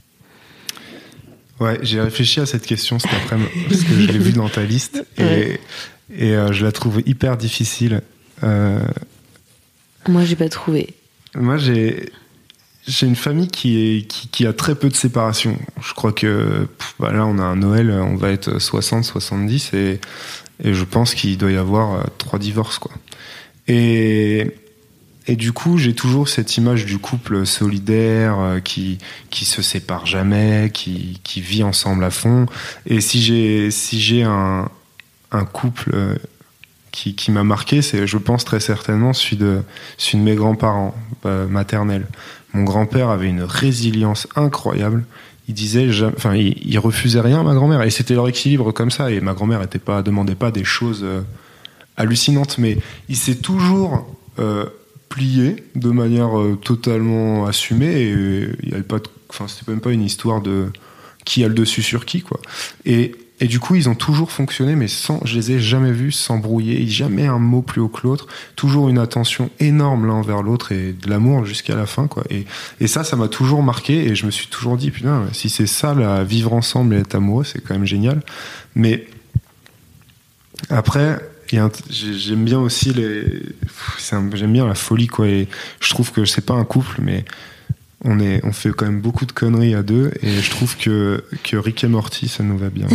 Ouais, j'ai réfléchi à cette question cet après-midi parce que je l'ai vue dans ta liste et, Ouais. et euh, je la trouve hyper difficile. Euh, Moi, j'ai pas trouvé. moi, j'ai j'ai une famille qui est qui, qui a très peu de séparation. Je crois que pff, bah là, on a un Noël, on va être soixante, soixante-dix et et je pense qu'il doit y avoir euh, trois divorces, quoi. Et Et du coup, j'ai toujours cette image du couple solidaire euh, qui qui se sépare jamais, qui qui vit ensemble à fond. Et si j'ai si j'ai un un couple euh, qui qui m'a marqué, c'est, je pense très certainement celui de celui de mes grands-parents euh, maternels. Mon grand-père avait une résilience incroyable. Il disait, jamais- enfin, il, il refusait rien à ma grand-mère, et c'était leur équilibre comme ça. Et ma grand-mère était pas demandait pas des choses euh, hallucinantes, mais il s'est toujours euh, plié de manière euh, totalement assumée, et euh, il y avait pas de, enfin c'était même pas une histoire de qui a le dessus sur qui, quoi. Et et du coup ils ont toujours fonctionné, mais sans, je les ai jamais vus s'embrouiller, jamais un mot plus haut que l'autre, toujours une attention énorme l'un envers l'autre et de l'amour jusqu'à la fin, quoi. Et et ça ça m'a toujours marqué, et je me suis toujours dit putain, si c'est ça, là, vivre ensemble et être amoureux, c'est quand même génial. Mais après, il y a un, j'aime bien aussi les, c'est un, j'aime bien la folie, quoi. Et je trouve que c'est pas un couple, mais on est, on fait quand même beaucoup de conneries à deux, et je trouve que que Rick et Morty, ça nous va bien.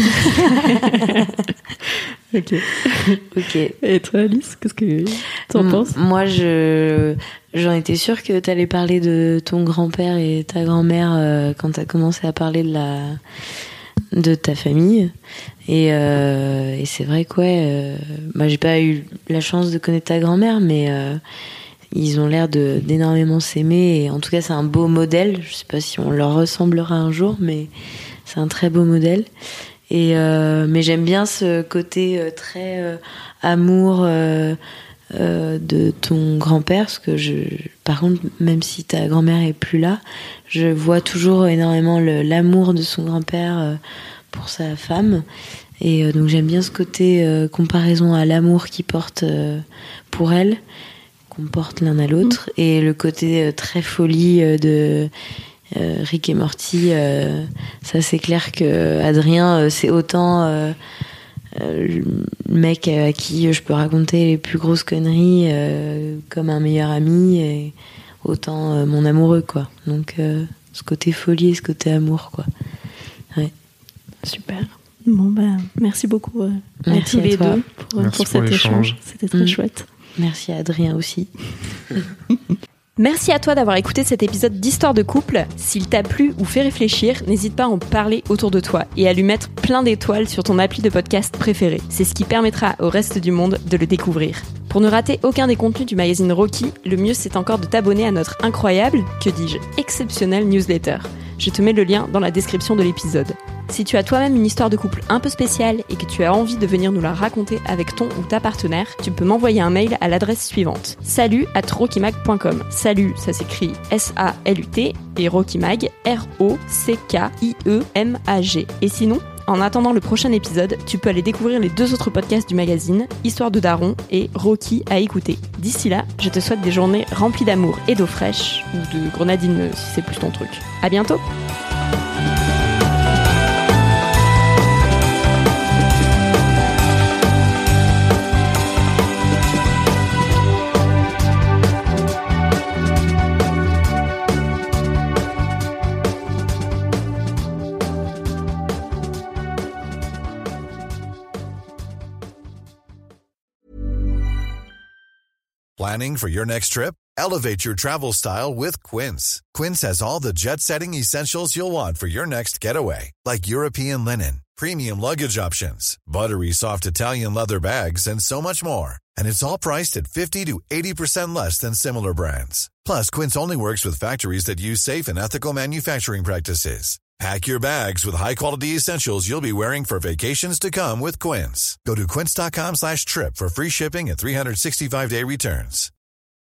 Ok. Ok. Et toi, Alice, qu'est-ce que t'en M- penses? Moi, je j'en étais sûre que t'allais parler de ton grand-père et ta grand-mère euh, quand t'as commencé à parler de la de ta famille. Et, euh, et c'est vrai que ouais, euh, bah, j'ai pas eu la chance de connaître ta grand-mère, mais euh, ils ont l'air de d'énormément s'aimer. Et en tout cas, c'est un beau modèle. Je sais pas si on leur ressemblera un jour, mais c'est un très beau modèle. Et euh, mais j'aime bien ce côté euh, très euh, amour euh, euh, de ton grand-père, parce que je, par contre, même si ta grand-mère est plus là, je vois toujours énormément le, l'amour de son grand-père euh, pour sa femme. Et euh, donc j'aime bien ce côté euh, comparaison à l'amour qu'il porte euh, pour elle, qu'on porte l'un à l'autre, mmh. et le côté euh, très folie euh, de euh, Rick et Morty. Euh, ça, c'est clair que Adrien, euh, c'est autant euh, euh, le mec à qui je peux raconter les plus grosses conneries euh, comme un meilleur ami, et autant euh, mon amoureux, quoi. Donc euh, ce côté folie et ce côté amour, quoi. Ouais. Super. Bon, bah, merci beaucoup euh, merci à tous à les toi. deux pour, Merci pour pour cet l'échange. échange. C'était très Mmh. chouette. Merci à Adrien aussi. Merci à toi d'avoir écouté cet épisode d'Histoire de couple. S'il t'a plu ou fait réfléchir, n'hésite pas à en parler autour de toi et à lui mettre plein d'étoiles sur ton appli de podcast préféré. C'est ce qui permettra au reste du monde de le découvrir. Pour ne rater aucun des contenus du magazine Rocky, le mieux c'est encore de t'abonner à notre incroyable, que dis-je, exceptionnelle newsletter. Je te mets le lien dans la description de l'épisode. Si tu as toi-même une histoire de couple un peu spéciale et que tu as envie de venir nous la raconter avec ton ou ta partenaire, tu peux m'envoyer un mail à l'adresse suivante: salut arobase rockymag point com. Salut, ça s'écrit S A L U T, et Rockymag, R O C K I E M A G. Et sinon, en attendant le prochain épisode, tu peux aller découvrir les deux autres podcasts du magazine, Histoire de Daron et Rocky à écouter. D'ici là, je te souhaite des journées remplies d'amour et d'eau fraîche, ou de grenadine si c'est plus ton truc. À bientôt! Planning for your next trip? Elevate your travel style with Quince. Quince has all the jet-setting essentials you'll want for your next getaway, like European linen, premium luggage options, buttery soft Italian leather bags, and so much more. And it's all priced at fifty to eighty percent less than similar brands. Plus, Quince only works with factories that use safe and ethical manufacturing practices. Pack your bags with high-quality essentials you'll be wearing for vacations to come with Quince. Go to quince.com slash trip for free shipping and three sixty-five day returns.